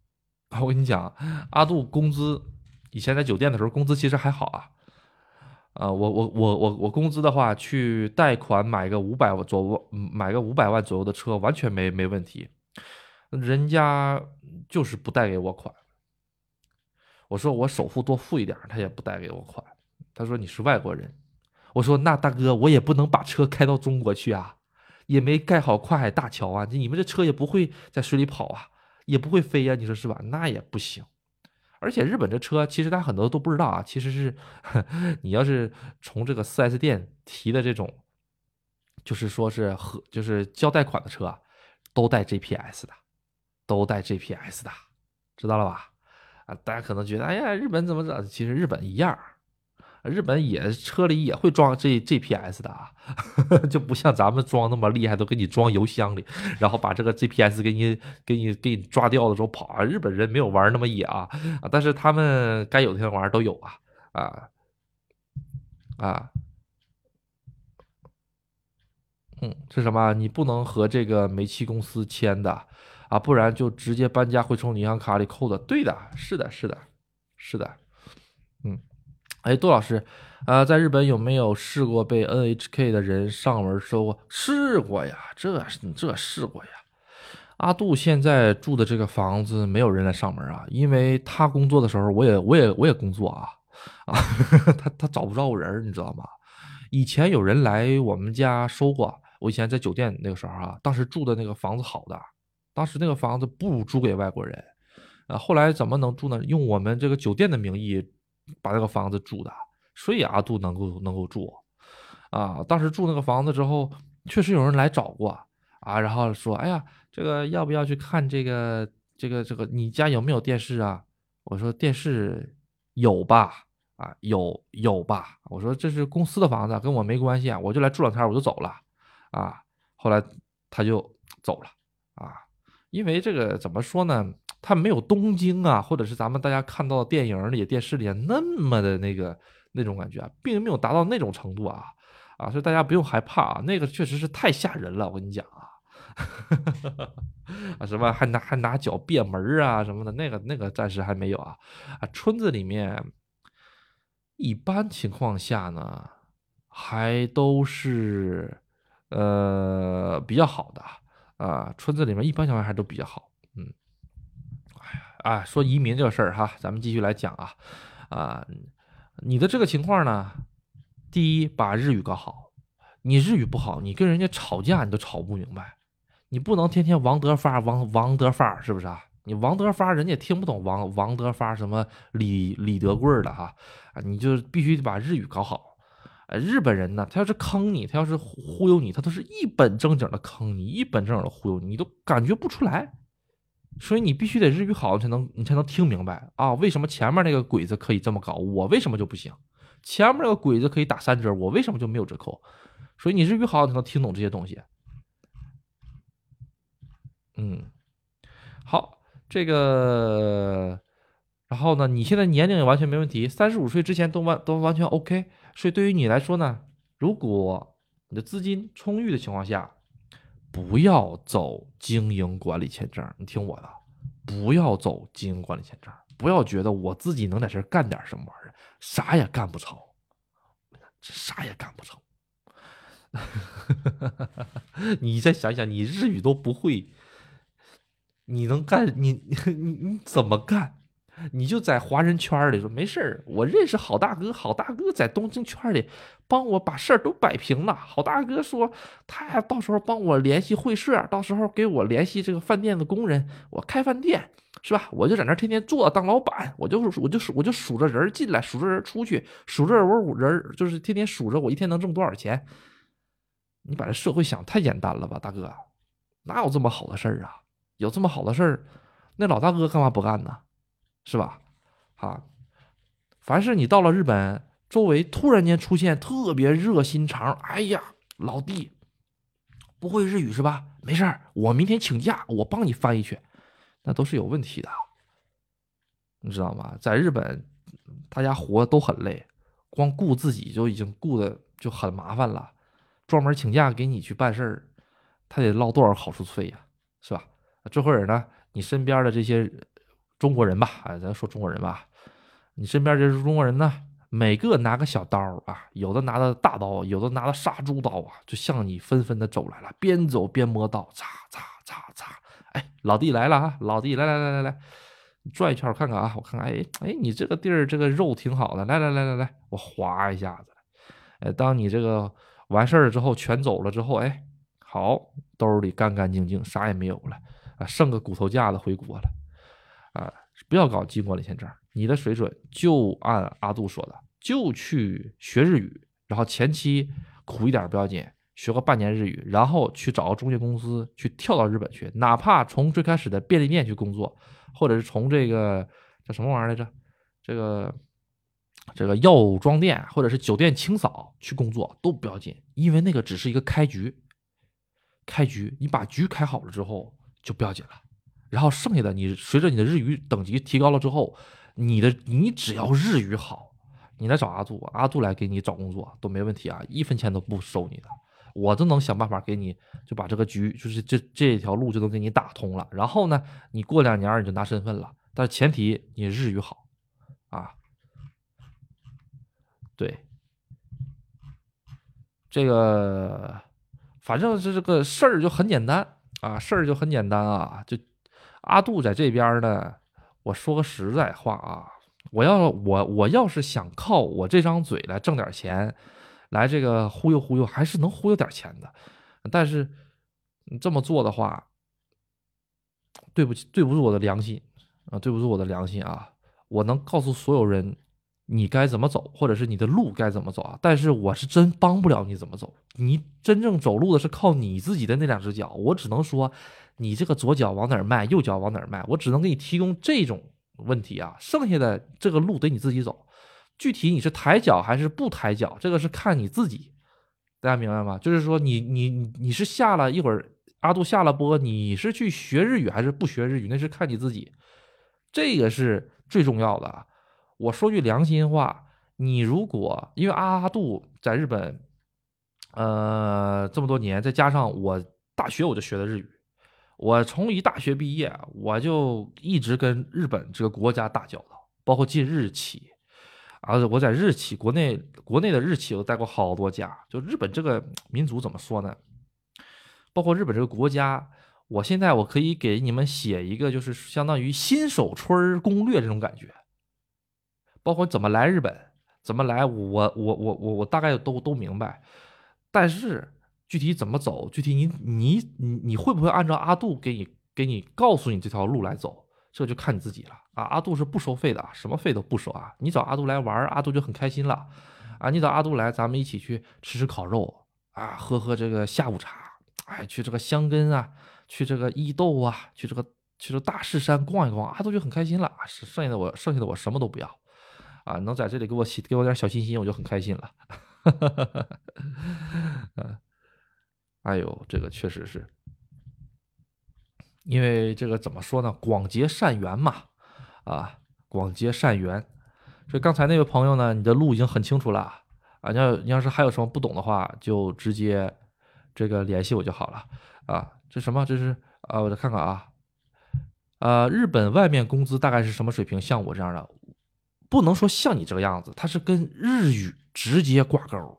我跟你讲，阿杜工资以前在酒店的时候工资其实还好我工资的话，去贷款买个500万左右的车，完全没问题。人家就是不贷给我款，我说我首付多付一点，他也不贷给我款。他说你是外国人，我说那大哥我也不能把车开到中国去啊，也没盖好跨海大桥啊，你们这车也不会在水里跑啊，也不会飞呀，你说是吧？那也不行。而且日本这车其实大家很多都不知道啊，其实是你要是从这个 4S 店提的这种，就是说是就是交贷款的车啊，都带 GPS 的，都带 GPS 的，知道了吧？啊，大家可能觉得，哎呀，日本怎么整？其实日本一样，日本也车里也会装 GPS 的啊，就不像咱们装那么厉害，都给你装油箱里，然后把这个 GPS 给你抓掉的时候跑啊。日本人没有玩那么野啊，但是他们该有的玩意儿都有啊啊，是什么？你不能和这个煤气公司签的啊，不然就直接搬家会从你银行卡里扣的。对的，是的，是的，是的，嗯。哎，杜老师，在日本有没有试过被 NHK 的人上门收啊？试过呀，这试过呀。阿杜现在住的这个房子没有人来上门啊，因为他工作的时候，我也工作啊，他找不着人，你知道吗？以前有人来我们家收过，我以前在酒店那个时候啊，当时住的那个房子好的，当时那个房子不如租给外国人。后来怎么能住呢？用我们这个酒店的名义把那个房子住的，所以阿杜能够住啊。当时住那个房子之后，确实有人来找过啊，然后说：“哎呀，这个要不要去看这个？你家有没有电视啊？”我说：“电视有吧？啊，有吧？”我说：“这是公司的房子，跟我没关系啊，我就来住2天我就走了。”啊，后来他就走了啊，因为这个怎么说呢？它没有东京啊，或者是咱们大家看到的电影里、电视里那么的那种感觉啊，并没有达到那种程度所以大家不用害怕啊，那个确实是太吓人了，我跟你讲什么还拿脚别门啊什么的，那个暂时还没有村子里面一般情况下呢，还都是比较好的村子里面一般情况下还都比较好，嗯。说移民这个事儿哈，咱们继续来讲啊，你的这个情况呢，第一，把日语搞好，你日语不好，你跟人家吵架你都吵不明白，你不能天天王德发王德发，是不是啊？你王德发人家也听不懂王德发什么李德贵的你就必须得把日语搞好。日本人呢，他要是坑你，他要是忽悠你，他都是一本正经的坑你，一本正经的忽悠你，你都感觉不出来。所以你必须得日语好，你才能听明白为什么前面那个鬼子可以这么搞，我为什么就不行？前面那个鬼子可以打3折，我为什么就没有折扣？所以你日语好，你才能听懂这些东西。嗯，好，这个，然后呢，你现在年龄也完全没问题，35岁之前都完全 OK。所以对于你来说呢，如果你的资金充裕的情况下，不要走经营管理签证，你听我的，不要走经营管理签证，不要觉得我自己能在这儿干点什么玩意儿，啥也干不成，啥也干不成。你再想想，你日语都不会，你能干你怎么干？你就在华人圈里说没事儿，我认识好大哥，好大哥在东京圈里帮我把事儿都摆平了。好大哥说他到时候帮我联系会社，到时候给我联系这个饭店的工人，我开饭店是吧？我就在那天天做当老板，我就数着人进来，数着人出去，数着我人就是天天数着我一天能挣多少钱。你把这社会想太简单了吧，大哥？哪有这么好的事儿啊？有这么好的事儿，那老大哥干嘛不干呢？是吧？啊，凡是你到了日本，周围突然间出现特别热心肠，哎呀，老弟，不会日语是吧？没事儿，我明天请假，我帮你翻译去，那都是有问题的，你知道吗？在日本，大家活都很累，光顾自己就已经顾的就很麻烦了，专门请假给你去办事儿，他得捞多少好处费呀，是吧？这会儿呢，你身边的这些中国人吧，咱说中国人吧，你身边这些中国人呢， 每个拿个小刀啊，有的拿的大刀，有的拿的杀猪刀啊，就向你纷纷的走来了，边走边摸刀，嚓嚓嚓嚓。哎，老弟来了啊，老弟来，转一圈我看看啊，我看看，哎，你这个地儿这个肉挺好的，来，我划一下子。当你这个完事儿之后全走了之后，哎，好，兜里干干净净，啥也没有了啊，剩个骨头架子回国了啊！不要搞经过领先证，你的水准就按阿杜说的，就去学日语，然后前期苦一点不要紧，学个半年日语，然后去找个中介公司去跳到日本去，哪怕从最开始的便利店去工作，或者是从这个叫什么玩意儿来着，这个药妆店或者是酒店清扫去工作都不要紧，因为那个只是一个开局，你把局开好了之后就不要紧了。然后剩下的你随着你的日语等级提高了之后，你只要日语好，你来找阿杜，阿杜来给你找工作都没问题啊，1分钱都不收你的，我都能想办法给你就把这个局就是这条路就能给你打通了。然后呢，你过2年你就拿身份了，但是前提你日语好啊。对，这个反正是这个事儿就很简单啊，事儿就很简单啊。就阿杜在这边呢，我说个实在话啊，我要是想靠我这张嘴来挣点钱，来这个忽悠忽悠，还是能忽悠点钱的。但是你这么做的话，对不住我的良心啊，对不住我的良心啊！我能告诉所有人你该怎么走，或者是你的路该怎么走啊，但是我是真帮不了你怎么走。你真正走路的是靠你自己的那2只脚，我只能说你这个左脚往哪儿迈，右脚往哪儿迈，我只能给你提供这种问题啊，剩下的这个路得你自己走。具体你是抬脚还是不抬脚，这个是看你自己。大家明白吗？就是说你是下了一会儿，阿杜下了播，你是去学日语还是不学日语，那是看你自己，这个是最重要的啊。我说句良心话，你如果因为阿杜在日本，这么多年，再加上我大学我就学的日语，我从一大学毕业，我就一直跟日本这个国家打交道，包括进日企。我在日企国内的日企我待过好多家，就日本这个民族怎么说呢？包括日本这个国家，我可以给你们写一个，就是相当于新手村攻略这种感觉，包括怎么来日本，怎么来，我大概都明白，但是具体怎么走，具体你会不会按照阿杜给你告诉你这条路来走，这就看你自己了啊。阿杜是不收费的，什么费都不收啊。你找阿杜来玩，阿杜就很开心了啊。你找阿杜来，咱们一起去吃吃烤肉啊，喝这个下午茶，哎，去这个箱根啊，去这个伊豆啊，去这大势山逛一逛，阿杜就很开心了。剩下的我什么都不要啊，能在这里给我点小心心，我就很开心了。哎呦，这个确实是。因为这个怎么说呢？广结善缘嘛，啊，广结善缘。所以刚才那位朋友呢，你的路已经很清楚了啊。你要是还有什么不懂的话，就直接这个联系我就好了啊。这什么？这是我再看看啊。日本外面工资大概是什么水平？像我这样的，不能说像你这个样子，它是跟日语直接挂钩。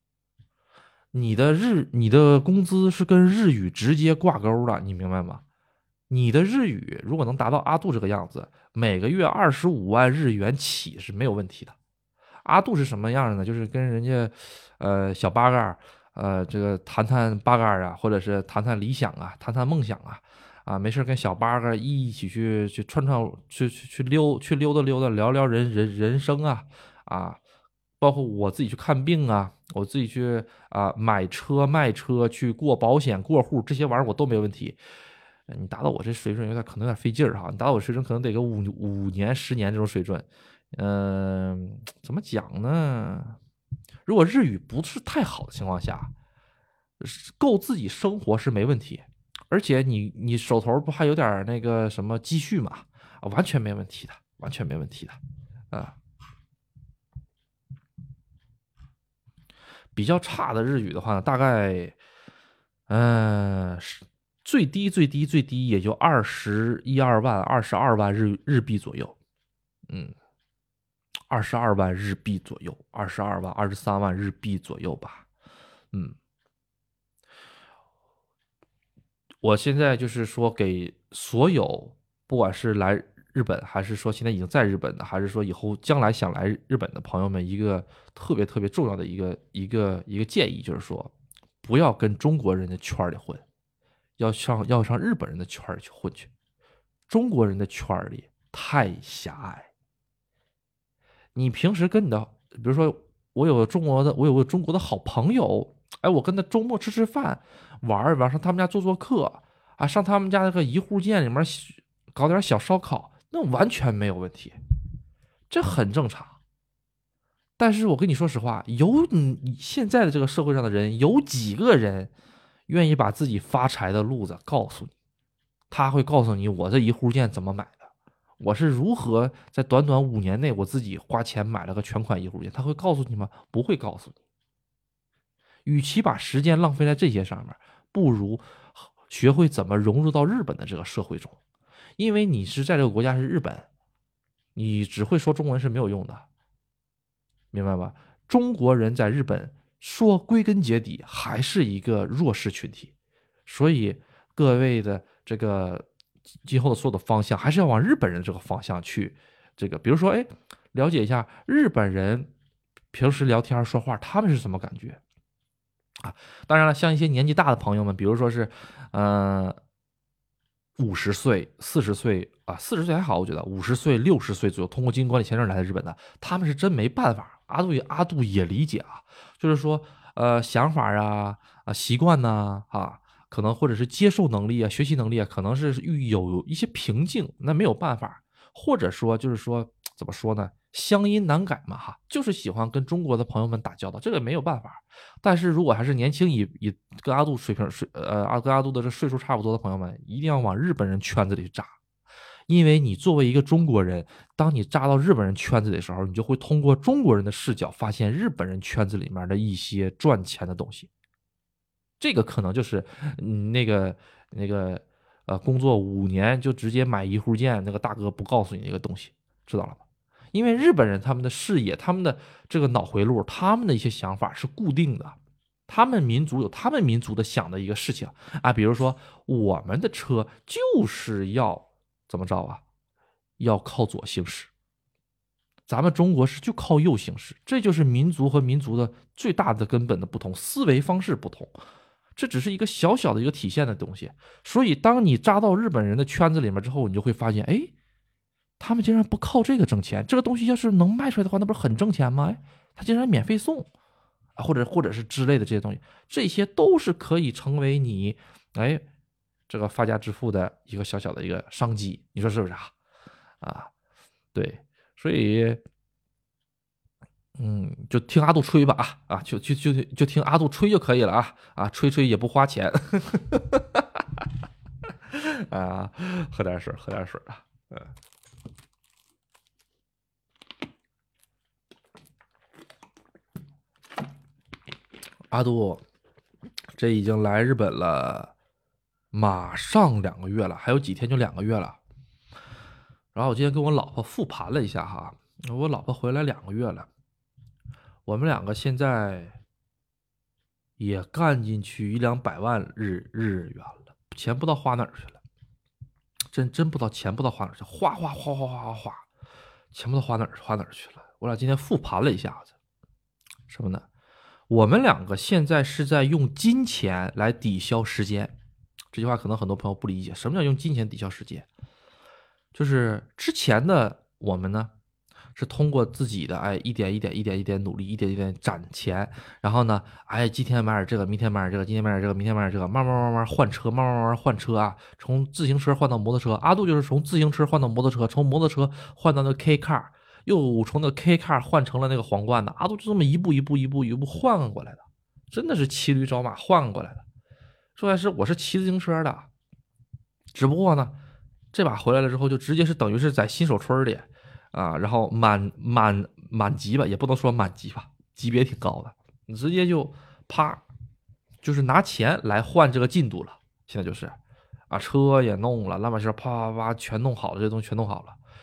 你的工资是跟日语直接挂钩的，你明白吗？你的日语如果能达到阿杜这个样子，每个月25万日元起是没有问题的。阿杜是什么样的呢？就是跟人家，小八嘎，这个谈谈八嘎啊，或者是谈谈理想啊，谈谈梦想啊，没事跟小八嘎一起去串串去溜达溜达，聊聊人生啊，包括我自己去看病啊，我自己去买车卖车，去过保险过户这些玩意儿我都没问题。你达到我这水准可能有点费劲儿哈，你达到我水准可能得个5年10年这种水准。怎么讲呢？如果日语不是太好的情况下，够自己生活是没问题，而且你手头不还有点那个什么积蓄嘛，完全没问题的，完全没问题的啊。比较差的日语的话呢，大概，是最低也就21、22万、22万日币左右，嗯， 22万日币左右，22万、23万日币左右吧。我现在就是说给所有不管是来日本，还是说现在已经在日本的，还是说以后将来想来日本的朋友们，一个特别特别重要的一个建议，就是说不要跟中国人的圈里混，要上日本人的圈里去混去。中国人的圈里太狭隘。你平时跟你的，比如说我有个中国的好朋友，哎，我跟他周末吃吃饭，玩一玩，上他们家做客啊，上他们家那个一户建里面搞点小烧烤，那完全没有问题，这很正常。但是我跟你说实话，现在的这个社会上的人，有几个人愿意把自己发财的路子告诉你？他会告诉你我这一户建怎么买的，我是如何在短短5年内我自己花钱买了个全款一户建，他会告诉你吗？不会告诉你。与其把时间浪费在这些上面，不如学会怎么融入到日本的这个社会中。因为你是在这个国家是日本，你只会说中文是没有用的，明白吧？中国人在日本说归根结底还是一个弱势群体，所以各位的这个今后的所有的方向还是要往日本人这个方向去。这个比如说，哎，了解一下日本人平时聊天说话他们是什么感觉啊？当然了，像一些年纪大的朋友们，比如说是50岁、40岁啊，40岁还好，我觉得50岁、60岁左右，通过经营管理签证来的日本的，他们是真没办法。阿杜也理解啊，就是说，想法习惯呐可能或者是接受能力啊、学习能力啊，可能是有一些瓶颈，那没有办法。或者说就是说怎么说呢，乡音难改嘛就是喜欢跟中国的朋友们打交道，这个没有办法。但是如果还是年轻跟阿杜跟阿杜的这岁数差不多的朋友们，一定要往日本人圈子里扎。因为你作为一个中国人，当你扎到日本人圈子里的时候，你就会通过中国人的视角发现日本人圈子里面的一些赚钱的东西。这个可能就是那个工作5年就直接买一户建那个大哥不告诉你那个东西，知道了吗？因为日本人他们的视野、他们的这个脑回路、他们的一些想法是固定的，他们民族有他们民族的想的一个事情啊，比如说我们的车就是要怎么着啊？要靠左行驶，咱们中国是就靠右行驶，这就是民族和民族的最大的根本的不同，思维方式不同。这只是一个小小的一个体现的东西。所以当你扎到日本人的圈子里面之后，你就会发现，哎，他们竟然不靠这个挣钱，这个东西要是能卖出来的话，那不是很挣钱吗？哎，他竟然免费送啊，或者是之类的这些东西，这些都是可以成为你这个发家致富的一个小小的一个商机，你说是不是啊？对，所以就听阿杜吹吧就听阿杜吹就可以了吹吹也不花钱喝点水阿杜这已经来日本了，马上2个月了，还有几天就2个月了。然后我今天跟我老婆复盘了一下我老婆回来2个月了，我们2个现在也干进去100-200万日元了，钱不知道花哪儿去了，真不知道钱不知道花哪儿去，哗，钱不知道花哪儿去了。我俩今天复盘了一下子，什么呢？我们2个现在是在用金钱来抵消时间。这句话可能很多朋友不理解，什么叫用金钱抵消时间？就是之前的我们呢，是通过自己的一点一点努力，一点一点攒钱，然后呢今天买点这个，明天买点这个，今天买点这个，明天买点这个，慢慢换车，慢慢换车从自行车换到摩托车。阿杜就是从自行车换到摩托车，从摩托车换到那 K car， 又从那 K car 换成了那个皇冠的。阿杜就这么一步换过来的，真的是骑驴找马换过来的。说来是我是骑自行车的，只不过呢，这把回来了之后，就直接是等于是在新手村里然后满级吧，也不能说满级吧，级别挺高的，你直接就就是拿钱来换这个进度了。现在就是车也弄了，乱七八糟啪全弄好了，这些东西全弄好了。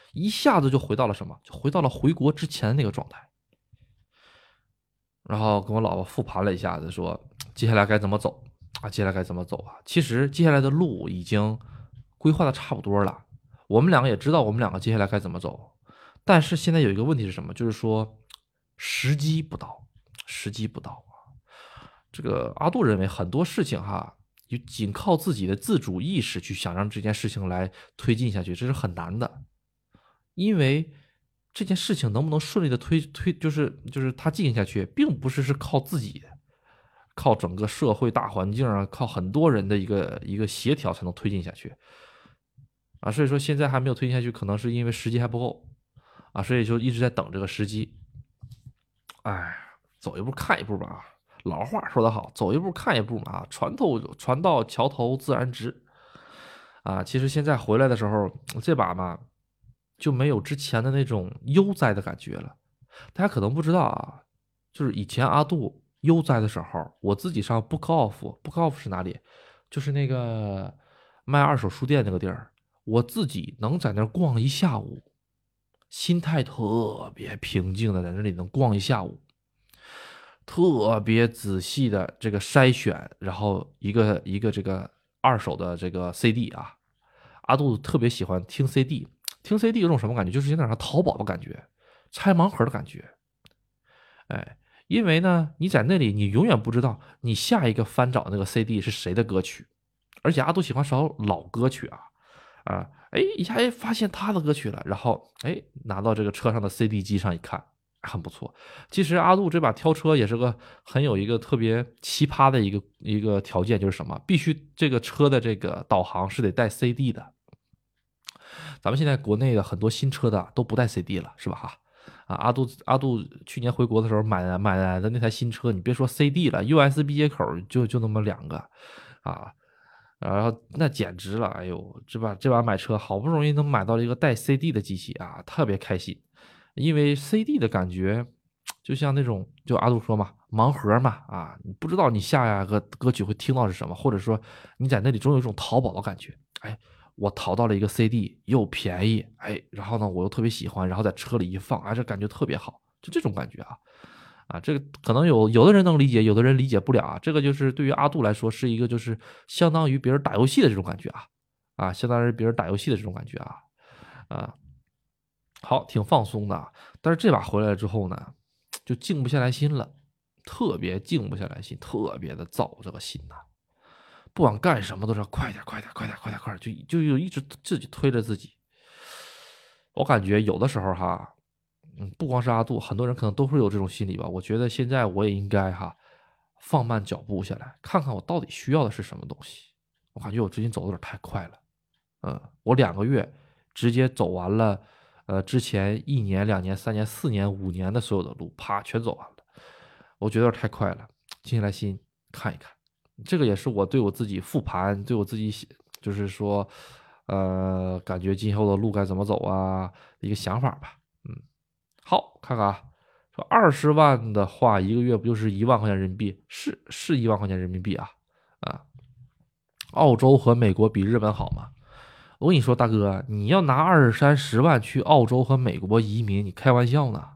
一下子就回到了什么？就回到了回国之前那个状态。然后跟我老婆复盘了一下子，说接下来该怎么走啊？接下来该怎么走啊？其实接下来的路已经规划的差不多了，我们两个也知道我们两个接下来该怎么走，但是现在有一个问题是什么？就是说时机不到，时机不到。这个阿杜认为很多事情哈，就仅靠自己的自主意识去想让这件事情来推进下去，这是很难的，因为这件事情能不能顺利的推，就是他进行下去，并不是靠自己，靠整个社会大环境啊，靠很多人的一个协调才能推进下去啊。所以说现在还没有推进下去，可能是因为时机还不够啊，所以就一直在等这个时机。哎，走一步看一步吧啊。老话说得好，走一步看一步嘛啊，船到桥头自然直啊。其实现在回来的时候，这把嘛就没有之前的那种悠哉的感觉了。大家可能不知道啊，就是以前阿杜悠哉的时候，我自己上 Book Off 是哪里？就是那个卖二手书店那个地儿，我自己能在那儿逛一下午，心态特别平静的在那里能逛一下午。特别仔细的这个筛选，然后一个一个这个二手的这个 CD 啊，阿杜特别喜欢听 CD，听 CD 有种什么感觉？就是有点像淘宝的感觉，拆盲盒的感觉。哎，因为呢，你在那里你永远不知道你下一个翻找那个 CD 是谁的歌曲，而且阿杜喜欢找老歌曲哎，一下发现他的歌曲了，然后哎拿到这个车上的 CD 机上一看，很不错。其实阿杜这把挑车也是个很有一个特别奇葩的一个条件，就是什么？必须这个车的这个导航是得带 CD 的。咱们现在国内的很多新车的都不带 CD 了，是吧？哈，阿杜去年回国的时候买的那台新车，你别说 CD 了，USB 接口就那么2个啊。然后那简直了，哎呦，这把买车好不容易能买到一个带 CD 的机器啊，特别开心，因为 CD 的感觉就像那种，就阿杜说嘛，盲盒嘛，啊，你不知道你下个歌曲会听到是什么，或者说你在那里总有一种淘宝的感觉，哎，我淘到了一个 CD，又便宜，哎，然后呢我又特别喜欢，然后在车里一放，哎，这感觉特别好，就这种感觉啊。这个可能有的人能理解，有的人理解不了啊。这个就是对于阿杜来说是一个就是相当于别人打游戏的这种感觉相当于别人打游戏的这种感觉啊，好，挺放松的。但是这把回来了之后呢，就静不下来心了，特别静不下来心，特别的躁这个心不管干什么都是快点快点快点快点快点，就一直自己推着自己。我感觉有的时候哈。不光是阿杜，很多人可能都会有这种心理吧。我觉得现在我也应该放慢脚步下来，看看我到底需要的是什么东西。我感觉我最近走的有点太快了，我2个月直接走完了，之前1年、2年、3年、4年、5年的所有的路，啪全走完了。我觉得有点太快了，静下来心看一看。这个也是我对我自己复盘，对我自己就是说，感觉今后的路该怎么走一个想法吧。好，看看说20万的话，一个月不就是1万块钱人民币？是1万块钱人民币啊！澳洲和美国比日本好吗？我跟你说，大哥，你要拿20-30万去澳洲和美国移民，你开玩笑呢？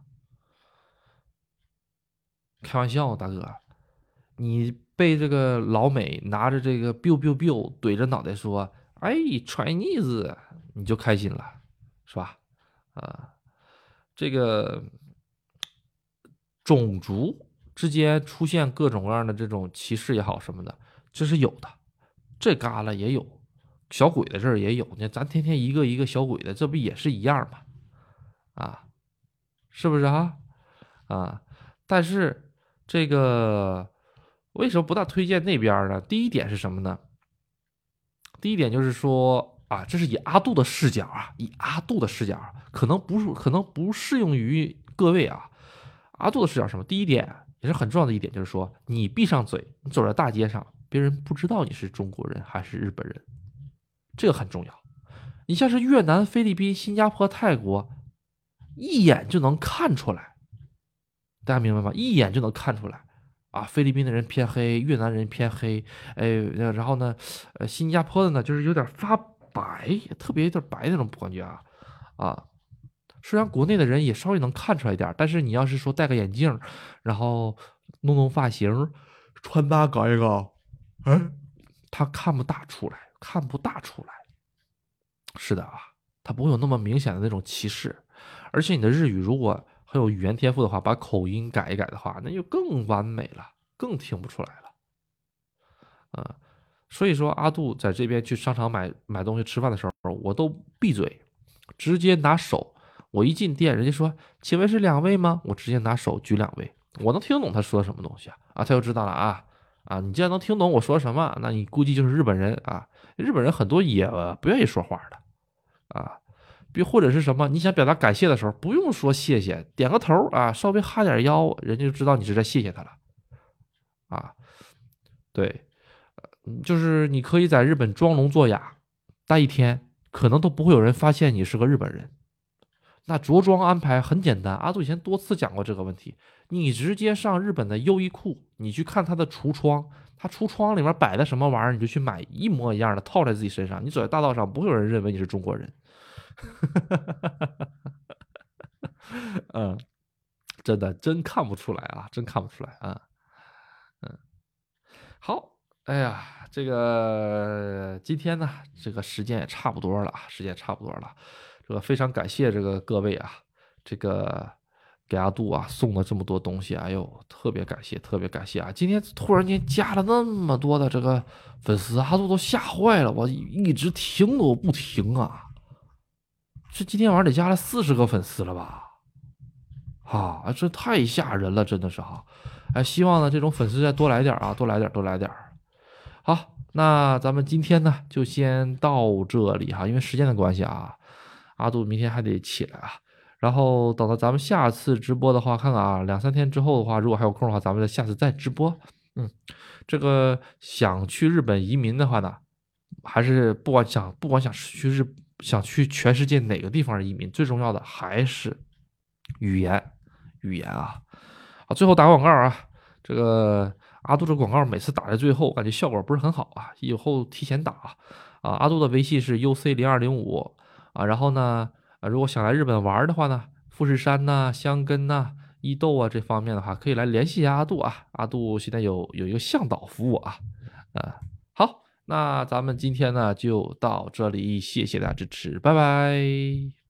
开玩笑，大哥，你被这个老美拿着这个 biu biu biu 怼着脑袋说，哎，Chinese，你就开心了，是吧？这个种族之间出现各种各样的这种歧视也好什么的，这是有的，这旮旯也有，小鬼子这儿也有。你看咱天天一个一个小鬼子，这不也是一样吗？啊，是不是但是这个为什么不大推荐那边呢？第一点是什么呢？第一点就是说这是以阿杜的视角以阿杜的视角，可能不适用于各位阿杜的视角是什么？第一点也是很重要的一点，就是说你闭上嘴，你走在大街上，别人不知道你是中国人还是日本人，这个很重要。你像是越南、菲律宾、新加坡、泰国，一眼就能看出来，大家明白吗？一眼就能看出来菲律宾的人偏黑，越南人偏黑，哎，然后呢，新加坡的呢就是有点发白，特别有点白那种感觉啊。 虽然国内的人也稍微能看出来一点，但是你要是说戴个眼镜，然后弄发型，穿搭搞一搞，哎，他看不大出来，看不大出来。是的啊，他不会有那么明显的那种歧视。而且你的日语如果很有语言天赋的话，把口音改一改的话，那就更完美了，更听不出来了。所以说阿杜在这边去商场买东西吃饭的时候，我都闭嘴，直接拿手。我一进店，人家说请问是两位吗？我直接拿手举两位，我能听懂他说什么东西啊？他就知道了你既然能听懂我说什么，那你估计就是日本人啊。日本人很多也不愿意说话的啊，或者是什么，你想表达感谢的时候，不用说谢谢，点个头啊，稍微哈点腰，人家就知道你是在谢谢他了啊。对，就是你可以在日本装聋作哑待一天，可能都不会有人发现你是个日本人。那着装安排很简单，阿杜以前多次讲过这个问题。你直接上日本的优衣库，你去看他的橱窗，他橱窗里面摆的什么玩意儿，你就去买一模一样的套在自己身上。你走在大道上，不会有人认为你是中国人。嗯，真的真看不出来啊，真看不出来啊。好，哎呀，这个今天呢，这个时间也差不多了，时间也差不多了。这个非常感谢这个各位啊，这个给阿杜啊送了这么多东西，哎呦，特别感谢，特别感谢啊！今天突然间加了那么多的这个粉丝，阿杜都吓坏了，我一直听都不停啊。这今天晚上得加了40个粉丝了吧？啊，这太吓人了，真的是哈！哎，希望呢这种粉丝再多来点啊，多来点，多来点。好，那咱们今天呢就先到这里哈，因为时间的关系啊，阿杜明天还得起来啊。然后等到咱们下次直播的话，看看啊，2、3天之后的话，如果还有空的话，咱们下次再直播。这个想去日本移民的话呢，还是不管想想去全世界哪个地方移民，最重要的还是语言啊。好，最后打广告啊，这个阿杜这广告每次打在最后，感觉效果不是很好啊，以后提前打阿杜的微信是 UC0205然后呢如果想来日本玩的话呢，富士山呐、箱根呐、伊豆这方面的话，可以来联系一下阿杜啊。阿杜现在有一个向导服务啊，好，那咱们今天呢就到这里，谢谢大家支持，拜拜。